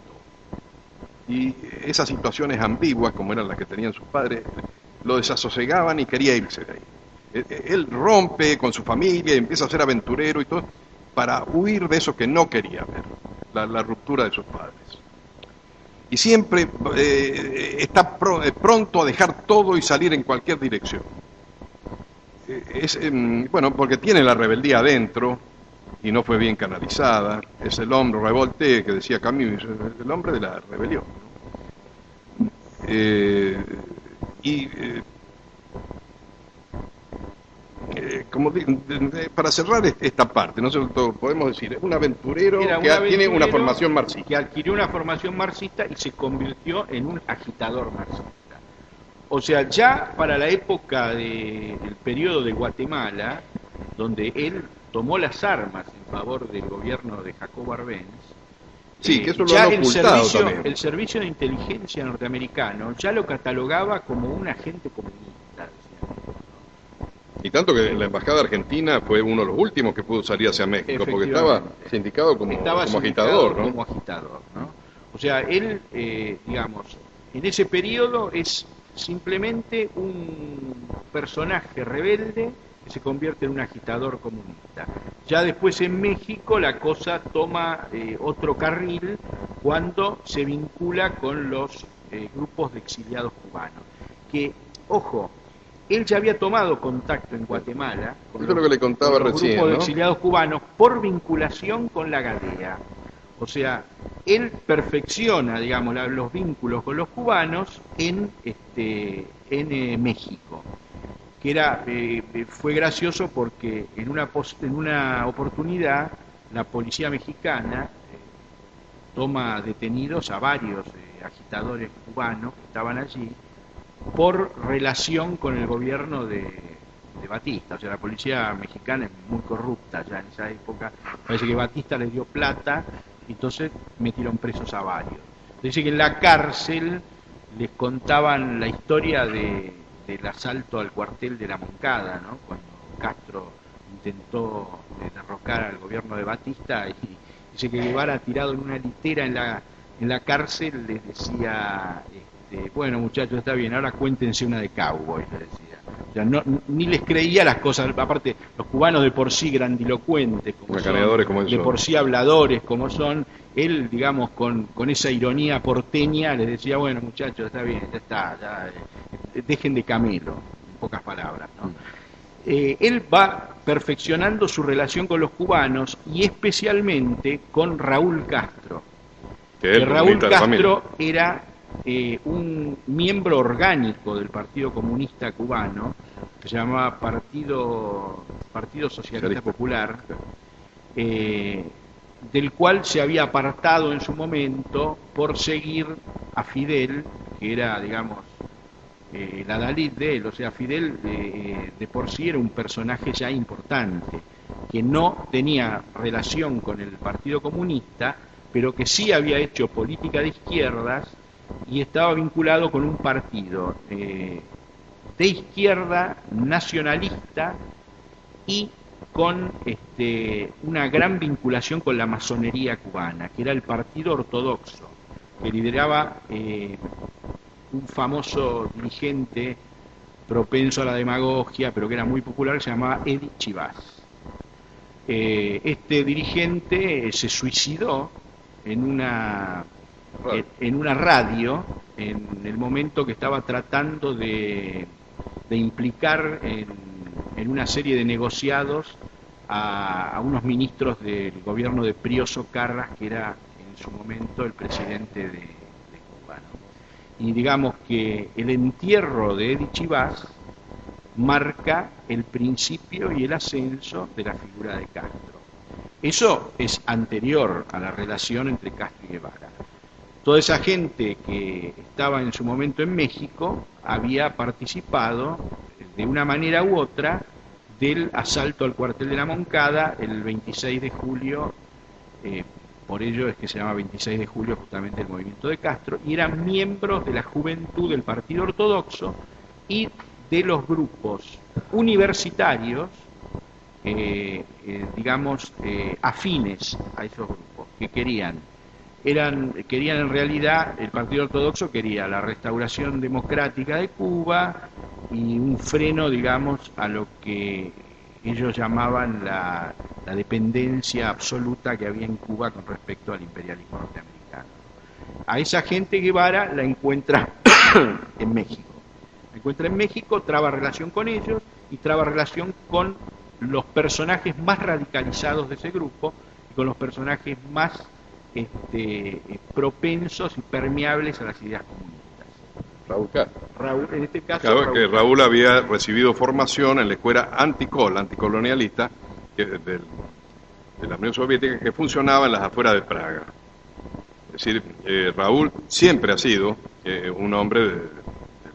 Y esas situaciones ambiguas, como eran las que tenían sus padres, lo desasosegaban y quería irse de ahí. Él rompe con su familia y empieza a ser aventurero y todo, para huir de eso que no quería ver, la, la ruptura de sus padres. Y siempre eh, está pro, eh, pronto a dejar todo y salir en cualquier dirección. Eh, es, eh, bueno, porque tiene la rebeldía adentro, y no fue bien canalizada. Es el hombre revolte que decía Camus, el hombre de la rebelión, ¿no? Eh, y eh, eh, como de, de, de, para cerrar esta parte, ¿no? Podemos decir, es un aventurero Era un que aventurero tiene una formación marxista. Que adquirió una formación marxista y se convirtió en un agitador marxista. O sea, ya para la época de- del periodo de Guatemala, donde él tomó las armas en favor del gobierno de Jacobo Arbenz, Sí, eh, que eso lo ya han el ocultado servicio, también. el servicio de inteligencia norteamericano ya lo catalogaba como un agente comunista. decía. Y tanto que la embajada argentina fue uno de los últimos que pudo salir hacia México, porque estaba Efectivamente. sindicado como, Estaba como sindicado agitador, ¿no? como agitador, ¿no? O sea, él, eh, digamos, en ese periodo es simplemente un personaje rebelde que se convierte en un agitador comunista. Ya después en México la cosa toma eh, otro carril cuando se vincula con los eh, grupos de exiliados cubanos. Que, ojo, él ya había tomado contacto en Guatemala con Eso es lo que le contaba con los recién, grupos de ¿no? exiliados cubanos por vinculación con la GADEA. O sea, él perfecciona, digamos, la- los vínculos con los cubanos en, este, en eh, México. Que era, eh, eh, fue gracioso porque en una, pos- en una oportunidad la policía mexicana eh, toma detenidos a varios eh, agitadores cubanos que estaban allí por relación con el gobierno de, de Batista. O sea, la policía mexicana es muy corrupta ya en esa época. Parece que Batista les dio plata y entonces metieron presos a varios. Dice que en la cárcel les contaban la historia de, del asalto al cuartel de la Moncada, ¿no? Cuando Castro intentó eh, derrocar al gobierno de Batista, y dice que Guevara, tirado en una litera en la, en la cárcel, les decía, este, bueno muchachos, está bien, ahora cuéntense una de cowboy, les decía. O sea, no, ni les creía las cosas, aparte los cubanos de por sí grandilocuentes, como Macaneadores son, como de son. por sí habladores como son, él, digamos, con, con esa ironía porteña les decía, bueno muchachos, está bien, ya está, ya, eh, dejen de camelo, en pocas palabras, ¿no? Eh, él va perfeccionando su relación con los cubanos y especialmente con Raúl Castro. Que es Que el Raúl comunista de la Castro familia. era eh, un miembro orgánico del Partido Comunista Cubano, que se llamaba Partido, Partido Socialista Socialista. Popular, eh, del cual se había apartado en su momento por seguir a Fidel, que era, digamos, eh, la Dalit de él. O sea, Fidel eh, de por sí era un personaje ya importante, que no tenía relación con el Partido Comunista, pero que sí había hecho política de izquierdas y estaba vinculado con un partido eh, de izquierda nacionalista y con este, una gran vinculación con la masonería cubana, que era el Partido Ortodoxo, que lideraba eh, un famoso dirigente propenso a la demagogia, pero que era muy popular, que se llamaba Eddie Chivas. Eh, este dirigente se suicidó en una, en, en una radio en el momento que estaba tratando de, de implicar en, en una serie de negociados a, a unos ministros del gobierno de Prioso Carras, que era en su momento el presidente de, de Cuba, ¿no? Y digamos que el entierro de Eddie Chivas marca el principio y el ascenso de la figura de Castro. Eso es anterior a la relación entre Castro y Guevara. Toda esa gente que estaba en su momento en México había participado de una manera u otra del asalto al cuartel de la Moncada el veintiséis de julio, eh, por ello es que se llama veintiséis de julio justamente el movimiento de Castro, y eran miembros de la juventud del Partido Ortodoxo y de los grupos universitarios, eh, eh, digamos, eh, afines a esos grupos, que querían, eran, querían en realidad, el Partido Ortodoxo quería la restauración democrática de Cuba y un freno, digamos, a lo que ellos llamaban la, la dependencia absoluta que había en Cuba con respecto al imperialismo norteamericano. A esa gente Guevara la encuentra en México. La encuentra en México, traba relación con ellos y traba relación con los personajes más radicalizados de ese grupo y con los personajes más este, propensos y permeables a las ideas comunistas. Raúl Castro. Raúl, en este caso, Claro, Raúl, que Raúl había recibido formación en la escuela anticol, anticolonialista, que, del, de la Unión Soviética, que funcionaba en las afueras de Praga. Es decir, eh, Raúl siempre ha sido eh, un hombre de, de los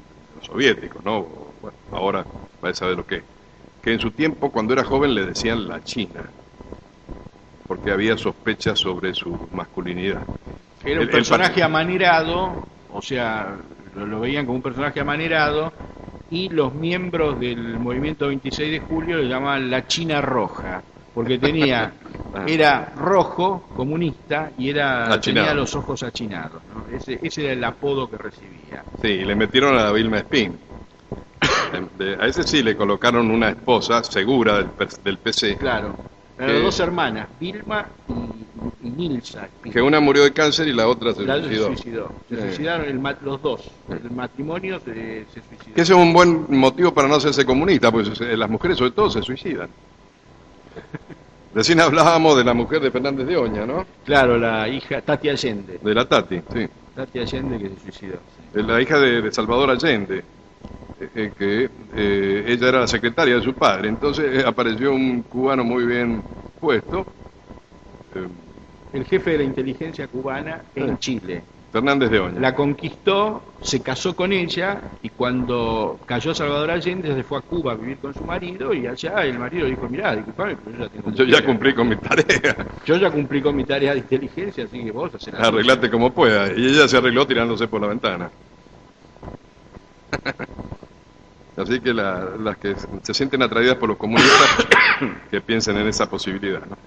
soviéticos, ¿no? Bueno, ahora va a saber lo que es. Que en su tiempo, cuando era joven, le decían la China, porque había sospechas sobre su masculinidad. Era un El- el personaje part- amanerado, o sea, lo, lo veían como un personaje amanerado, y los miembros del movimiento veintiséis de julio le llamaban la China Roja, porque tenía, Ah. era rojo, comunista, y era Achinado. tenía los ojos achinados, ¿no? Ese, ese era el apodo que recibía. Sí, y le metieron a la Vilma Espín. De- a ese sí le colocaron una esposa segura del, P- del P C, Claro, Que- eran dos hermanas, Vilma y, y Nilsa. que una murió de cáncer y la otra se La otra suicidó. se suicidó. Se Sí. suicidaron el ma- los dos. El matrimonio se, se suicidó. Que ese es un buen motivo para no hacerse comunista, pues eh, las mujeres sobre todo se suicidan. Recién hablábamos de la mujer de Fernández de Oña, ¿no? Claro, la hija, Tati Allende. De la Tati, sí. Tati Allende que se suicidó. De la hija de, de Salvador Allende, eh, eh, que eh, ella era la secretaria de su padre. Entonces eh, apareció un cubano muy bien puesto, eh, El jefe de la inteligencia cubana en Chile. Fernández de Oña. La conquistó, se casó con ella y cuando cayó Salvador Allende se fue a Cuba a vivir con su marido y allá el marido dijo, mirá, disculpame, pero yo ya tengo Yo ya cumplí con mi tarea, Yo ya cumplí con mi tarea de inteligencia, así que vos hacés la arreglate como pueda. Y ella se arregló tirándose por la ventana. Así que la- las que se sienten atraídas por los comunistas, que piensen en esa posibilidad, ¿no?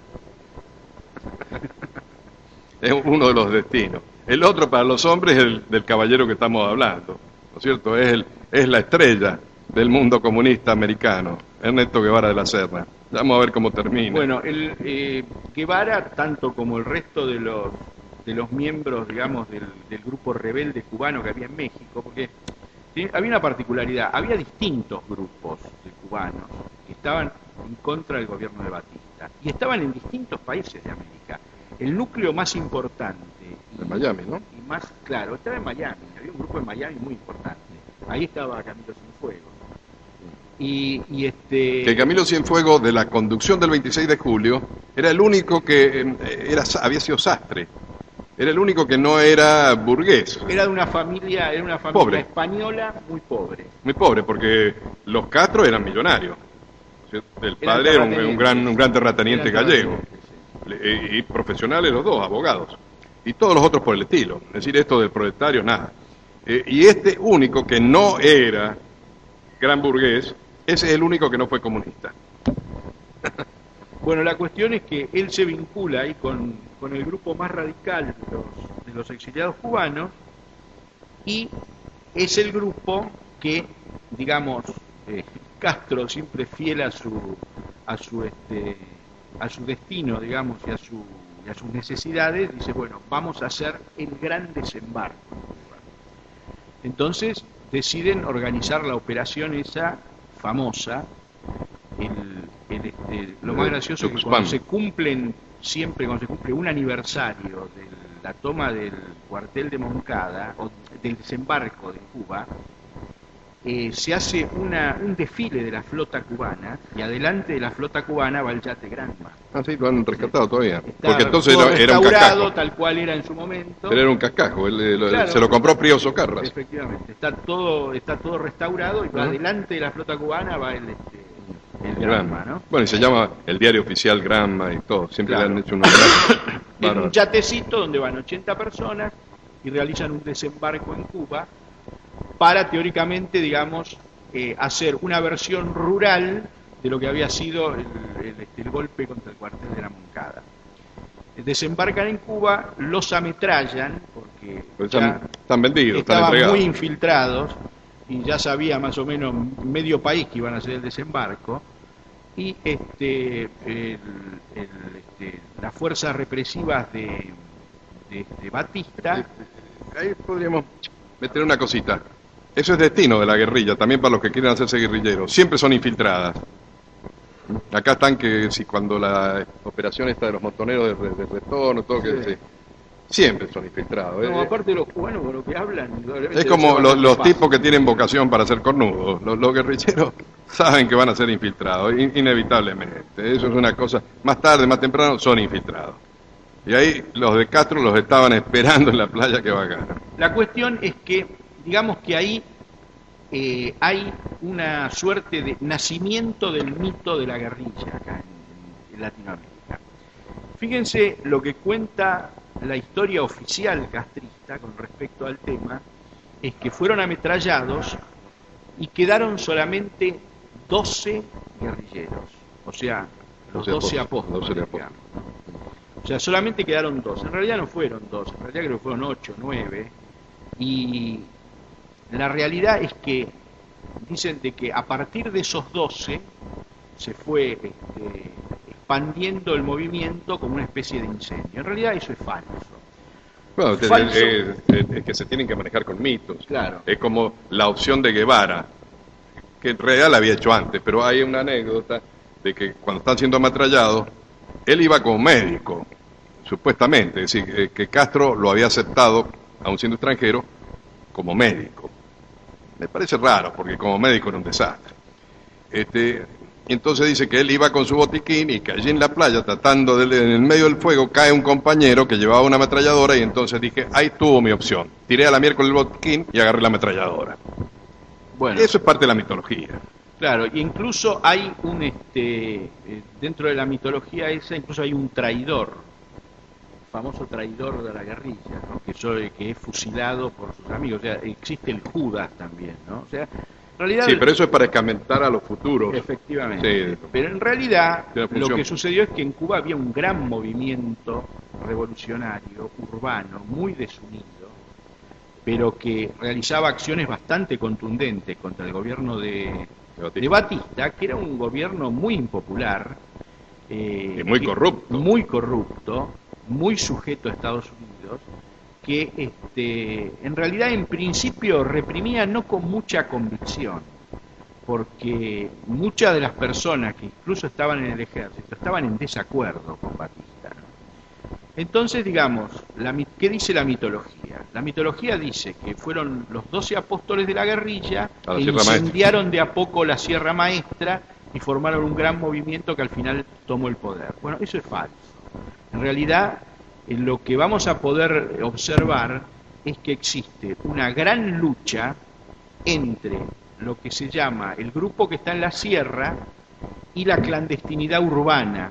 Es uno de los destinos. El otro para los hombres es el del caballero que estamos hablando, ¿no es cierto? Es, el, es la estrella del mundo comunista americano, Ernesto Guevara de la Serna. Vamos a ver cómo termina. Bueno, el eh, Guevara, tanto como el resto de los de los miembros, digamos, del, del grupo rebelde cubano que había en México, porque ¿sí? había una particularidad, había distintos grupos de cubanos que estaban en contra del gobierno de Batista y estaban en distintos países de América. El núcleo más importante En Miami, ¿no? y más claro estaba en Miami, había un grupo en Miami muy importante. Ahí estaba Camilo Cienfuegos. Y, y este Que Camilo Cienfuegos, de la conducción del veintiséis de julio, era el único que eh, era, había sido sastre. Era el único que no era burgués. era de una familia, era una familia Pobre. española muy pobre. Muy pobre, porque los Castro eran millonarios. ¿Sí? El Eran padre era un, un terratenientes. gran, un gran terrateniente Eran gallego. terratenientes, sí. Le- Y, y profesionales los dos, abogados. Y todos los otros por el estilo. Es decir, esto del proletario, nada. Eh, y este único que no era gran burgués, ese es el único que no fue comunista. Bueno, la cuestión es que él se vincula ahí con, con el grupo más radical de los, de los exiliados cubanos y es el grupo que, digamos, eh, Castro, siempre fiel a su a su este a su destino, digamos, y a su y a sus necesidades, dice, bueno, vamos a hacer el gran desembarco. Entonces deciden organizar la operación esa famosa. El, el, este, lo más gracioso es que cuando se cumplen, siempre cuando se cumple un aniversario de la toma del cuartel de Moncada, o del desembarco de Cuba, eh, se hace una, un desfile de la flota cubana, y adelante de la flota cubana va el yate Granma. Ah, sí, lo han rescatado todavía. Está Porque entonces todo era, era un restaurado cascajo. tal cual era en su momento. Pero era un cascajo. Él, él, Claro. se lo compró Prioso Carras. Efectivamente, está todo, está todo restaurado y va Ajá. adelante de la flota cubana va el, este, el Granma, Granma, ¿no? Bueno, y se llama el diario oficial Granma y todo. Siempre Claro. le han hecho un homenaje. En Bárbaro. un yatecito donde van ochenta personas y realizan un desembarco en Cuba para, teóricamente, digamos, eh, hacer una versión rural de lo que había sido el, el, este, el golpe contra el cuartel de la Moncada. Desembarcan en Cuba, los ametrallan, porque Pues ya están, están vendidos, están estaban entregados. muy infiltrados y ya sabía más o menos medio país que iban a hacer el desembarco. Y este, el- el- este, las fuerzas represivas de, de, este, Batista, Ahí podríamos meter una cosita. Eso es destino de la guerrilla, también para los que quieren hacerse guerrilleros. Siempre son infiltradas. Acá están que si cuando la operación esta de los montoneros de, re- de retorno, todo que Sí. se- siempre son infiltrados. no, Eh, aparte de los cubanos con lo que hablan, indudablemente es como se van los, a los paz. tipos que tienen vocación para ser cornudos. Los, los guerrilleros saben que van a ser infiltrados, in- inevitablemente. Eso es una cosa. Más tarde, más temprano, son infiltrados. Y ahí los de Castro los estaban esperando en la playa que bacana. La cuestión es que, digamos que ahí eh, hay una suerte de nacimiento del mito de la guerrilla acá en, en Latinoamérica. Fíjense lo que cuenta la historia oficial castrista con respecto al tema, es que fueron ametrallados y quedaron solamente doce guerrilleros, o sea, los doce apóstoles, digamos, ¿no? O sea, solamente quedaron dos. En realidad no fueron dos, en realidad creo que fueron ocho, nueve. Y la realidad es que dicen de que a partir de esos doce se fue este, expandiendo el movimiento como una especie de incendio. En realidad eso es falso. Bueno, Falso. Es, es, es que se tienen que manejar con mitos. Claro. Es como la opción de Guevara, que en realidad la había hecho antes, pero hay una anécdota de que cuando están siendo ametrallados, él iba como médico, supuestamente, es decir, que Castro lo había aceptado, aun siendo extranjero, como médico. Me parece raro, porque como médico era un desastre. Este, y entonces dice que él iba con su botiquín y que allí en la playa, tratando de, en el medio del fuego, cae un compañero que llevaba una ametralladora y entonces dije, ahí tuvo mi opción. Tiré a la miércoles el botiquín y agarré la ametralladora. Bueno, eso es parte de la mitología. Claro, y incluso hay un, este, eh, dentro de la mitología esa, incluso hay un traidor, famoso traidor de la guerrilla, ¿no? que, so, que es fusilado por sus amigos. O sea, existe el Judas también, ¿no? O sea, en realidad, sí, pero eso es para escamentar a los futuros. Efectivamente. Sí. Pero en realidad lo que sucedió es que en Cuba había un gran movimiento revolucionario, urbano, muy desunido, pero que realizaba acciones bastante contundentes contra el gobierno de, de Batista, que era un gobierno muy impopular. Eh, y muy corrupto. Muy corrupto, muy sujeto a Estados Unidos, que este, en realidad en principio reprimía no con mucha convicción, porque muchas de las personas que incluso estaban en el ejército estaban en desacuerdo con Batista, ¿no? Entonces, digamos, la, ¿qué dice la mitología? La mitología dice que fueron los doce apóstoles de la guerrilla que incendiaron de a poco la Sierra Maestra y formaron un gran movimiento que al final tomó el poder. Bueno, eso es falso. En realidad, lo que vamos a poder observar es que existe una gran lucha entre lo que se llama el grupo que está en la sierra y la clandestinidad urbana.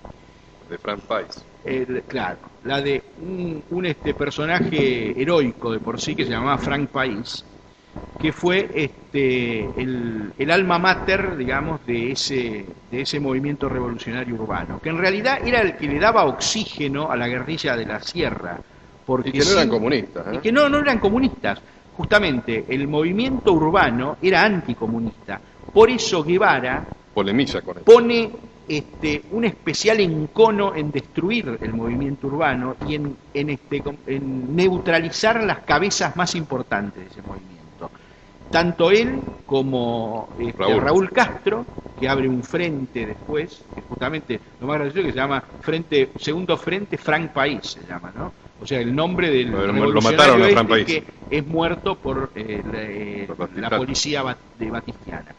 De Frank Pais. El, claro, la de un, un este personaje heroico de por sí que se llamaba Frank Pais, que fue este el, el alma mater, digamos, de ese de ese movimiento revolucionario urbano, que en realidad era el que le daba oxígeno a la guerrilla de la sierra, porque y que no sin, eran comunistas, ¿eh? y que no no eran comunistas. Justamente el movimiento urbano era anticomunista, por eso Guevara polemiza con él. Pone este un especial encono en destruir el movimiento urbano y en en este en neutralizar las cabezas más importantes de ese movimiento. Tanto él como este, Raúl. Raúl Castro, que abre un frente después, que justamente lo más gracioso es que se llama frente, segundo frente Frank Pais, se llama, ¿no? O sea, el nombre del lo, lo mataron a Frank Pais, que es muerto por eh, la, eh, la policía bat, de batistiana.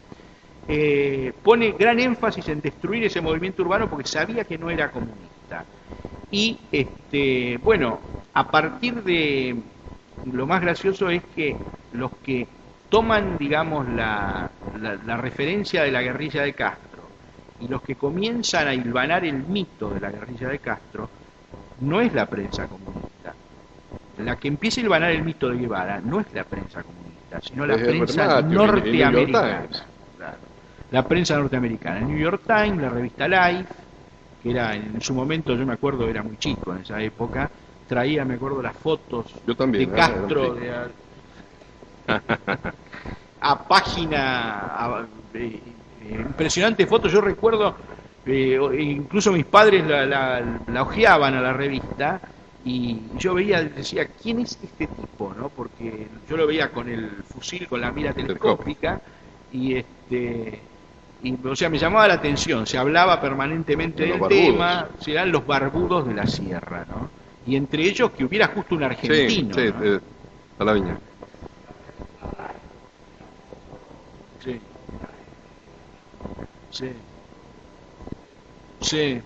Eh, pone gran énfasis en destruir ese movimiento urbano porque sabía que no era comunista. Y, este, bueno, a partir de... Lo más gracioso es que los que toman, digamos, la, la, la referencia de la guerrilla de Castro y los que comienzan a hilvanar el mito de la guerrilla de Castro no es la prensa comunista. La que empieza a hilvanar el mito de Guevara no es la prensa comunista, sino la es prensa norteamericana. Claro. La prensa norteamericana. El New York Times, la revista Life, que era en su momento, yo me acuerdo, era muy chico en esa época, traía, me acuerdo, las fotos yo también, de Castro de, a, a página a, eh, impresionante fotos. Yo recuerdo eh, incluso mis padres la, la, la hojeaban a la revista y yo veía, decía, ¿quién es este tipo? ¿No? Porque yo lo veía con el fusil, con la mira telescópica y este y, o sea, me llamaba la atención, se hablaba permanentemente del tema, eran los barbudos de la sierra, ¿no? Y entre ellos que hubiera justo un argentino. Sí, sí, ¿no? eh, a la viña. Sí. Sí. Sí.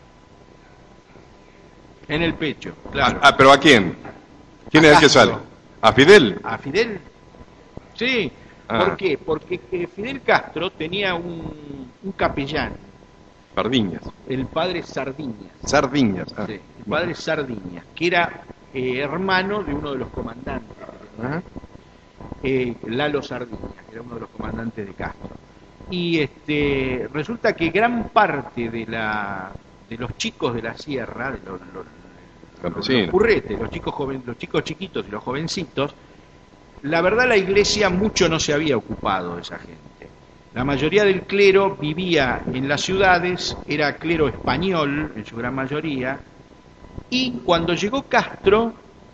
En el pecho, claro. Ah, pero ¿a quién? ¿Quién a es el que Castro. sale? ¿A Fidel? ¿A Fidel? Sí. Ah. ¿Por qué? Porque eh, Fidel Castro tenía un, un capellán, Sardiñas. el padre Sardiñas. Sardiñas. Ah. Sí, el padre Sardiñas, que era eh, hermano de uno de los comandantes, Ajá. eh, Lalo Sardiñas, que era uno de los comandantes de Castro. Y este, resulta que gran parte de la de los chicos de la sierra, de los, los, los, los curretes, los chicos joven, los chicos chiquitos y los jovencitos, la verdad la iglesia mucho no se había ocupado de esa gente. La mayoría del clero vivía en las ciudades, era clero español en su gran mayoría, y cuando llegó Castro,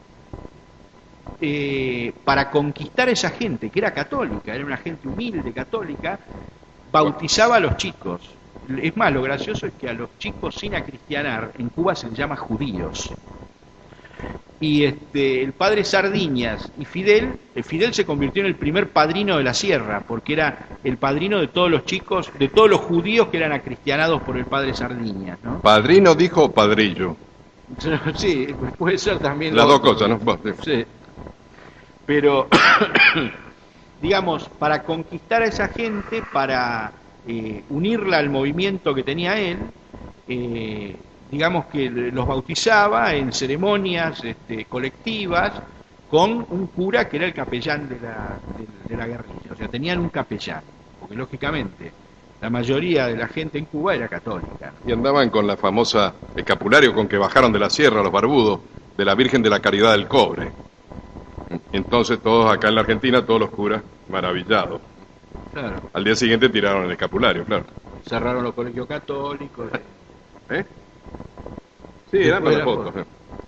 eh, para conquistar a esa gente, que era católica, era una gente humilde, católica, bautizaba a los chicos. Es más, lo gracioso es que a los chicos sin acristianar, en Cuba se les llama judíos. Y este, el padre Sardiñas y Fidel, Fidel se convirtió en el primer padrino de la sierra, porque era el padrino de todos los chicos, de todos los judíos que eran acristianados por el padre Sardiñas, ¿no? ¿Padrino dijo o padrillo? Sí, puede ser también. Las dos cosas, ¿no? Sí. Pero, digamos, para conquistar a esa gente, para eh, unirla al movimiento que tenía él, eh, digamos que los bautizaba en ceremonias este, colectivas con un cura que era el capellán de la, de, de la guerrilla. O sea, tenían un capellán, porque lógicamente la mayoría de la gente en Cuba era católica. Y andaban con la famosa escapulario con que bajaron de la sierra los barbudos de la Virgen de la Caridad del Cobre. Entonces todos acá en la Argentina, todos los curas maravillados. Claro. Al día siguiente tiraron el escapulario, claro. Cerraron los colegios católicos. ¿Eh? Sí, eran las fotos. foto.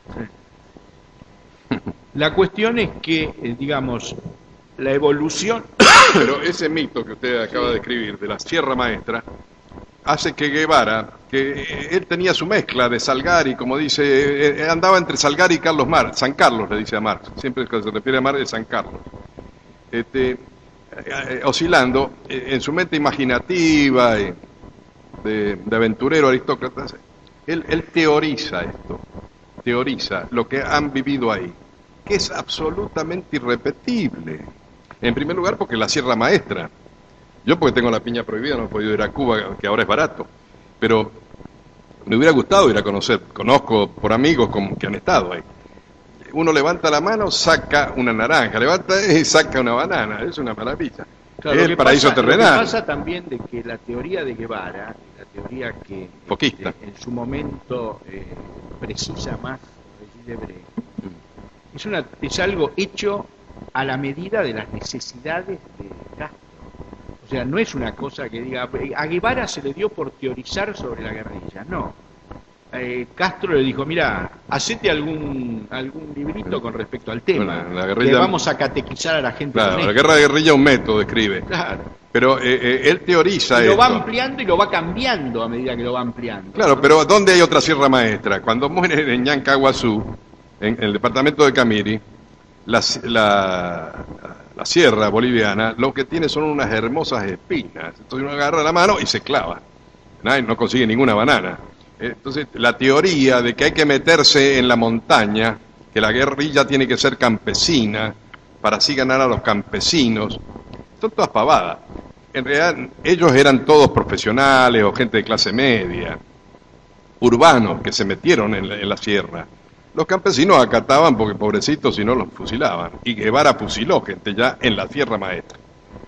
Sí. La cuestión es que, eh, digamos, la evolución... Pero ese mito que usted acaba de escribir de la Sierra Maestra hace que Guevara, que él tenía su mezcla de Salgari, como dice, eh, andaba entre Salgari y Carlos Marx, San Carlos le dice a Marx, siempre que se refiere a Marx es San Carlos, este, eh, eh, oscilando eh, en su mente imaginativa eh, de, de aventurero aristócrata, él, él teoriza esto, teoriza lo que han vivido ahí, que es absolutamente irrepetible. En primer lugar porque la Sierra Maestra, yo porque tengo la piña prohibida no he podido ir a Cuba, que ahora es barato, pero me hubiera gustado ir a conocer, conozco por amigos como que han estado ahí. Uno levanta la mano, saca una naranja, levanta y saca una banana, es una maravilla. Claro, es el paraíso pasa, terrenal. Lo que pasa también de que la teoría de Guevara, la teoría que Foquista. Este, en su momento eh, precisa más de Debré, es, una, es algo hecho a la medida de las necesidades de Castro. O sea, no es una cosa que diga, a Guevara se le dio por teorizar sobre la guerrilla, no. Eh, Castro le dijo, mira, hacete algún algún librito con respecto al tema, bueno, la guerrilla... que vamos a catequizar a la gente. Claro, la guerra de guerrilla es un método, escribe. Claro. Pero eh, eh, él teoriza y lo esto. va ampliando y lo va cambiando a medida que lo va ampliando. Claro, pero ¿dónde hay otra Sierra Maestra? Cuando muere en Ñancahuazú, en, en el departamento de Camiri, la, la, la sierra boliviana, lo que tiene son unas hermosas espinas. Entonces uno agarra la mano y se clava. Nadie no consigue ninguna banana. Entonces la teoría de que hay que meterse en la montaña, que la guerrilla tiene que ser campesina, para así ganar a los campesinos, son todas pavadas. En realidad ellos eran todos profesionales o gente de clase media, urbanos que se metieron en la, en la sierra. Los campesinos acataban porque pobrecitos si no los fusilaban. Y Guevara fusiló gente ya en la Sierra Maestra.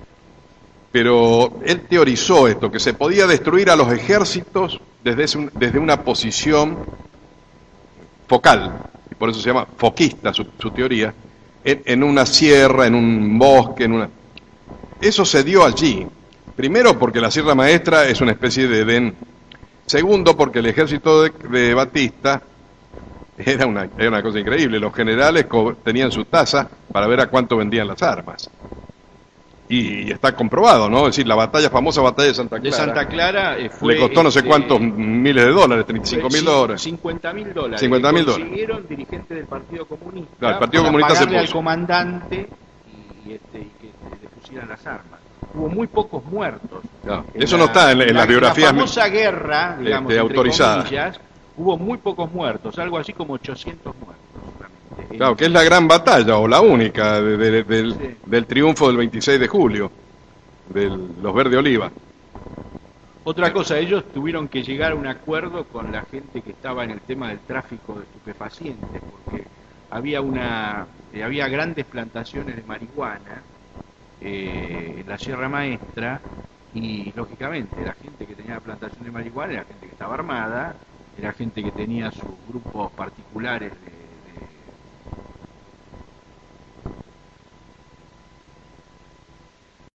Pero él teorizó esto, que se podía destruir a los ejércitos desde, un, desde una posición focal, y por eso se llama foquista su, su teoría, en, en una sierra, en un bosque, en una... Eso se dio allí. Primero porque la Sierra Maestra es una especie de Edén. Segundo porque el ejército de, de Batista... Era una, era una cosa increíble, los generales tenían su tasa para ver a cuánto vendían las armas. Y, y está comprobado, ¿no? Es decir, la batalla, famosa batalla de Santa Clara. De Santa Clara eh, fue... Le costó no sé este, cuántos miles de dólares, treinta y cinco mil dólares. cincuenta mil dólares. cincuenta mil dólares. Consiguieron dirigentes del Partido Comunista. Claro, el Partido para Comunista se pagarle puso. al comandante y, este, y que le pusieran las armas. Hubo muy pocos muertos. No, eso la, no está en, en, en las biografías. La famosa guerra, digamos, este, entre autorizada. comillas, hubo muy pocos muertos, algo así como ochocientos muertos solamente. Claro, que es la gran batalla, o la única, de, de, del, Sí. del triunfo del veintiséis de julio, de los Verde Oliva. Otra cosa, ellos tuvieron que llegar a un acuerdo con la gente que estaba en el tema del tráfico de estupefacientes, porque había una eh, había grandes plantaciones de marihuana eh, en la Sierra Maestra, y lógicamente la gente que tenía la plantación de marihuana era gente que estaba armada, era gente que tenía sus grupos particulares de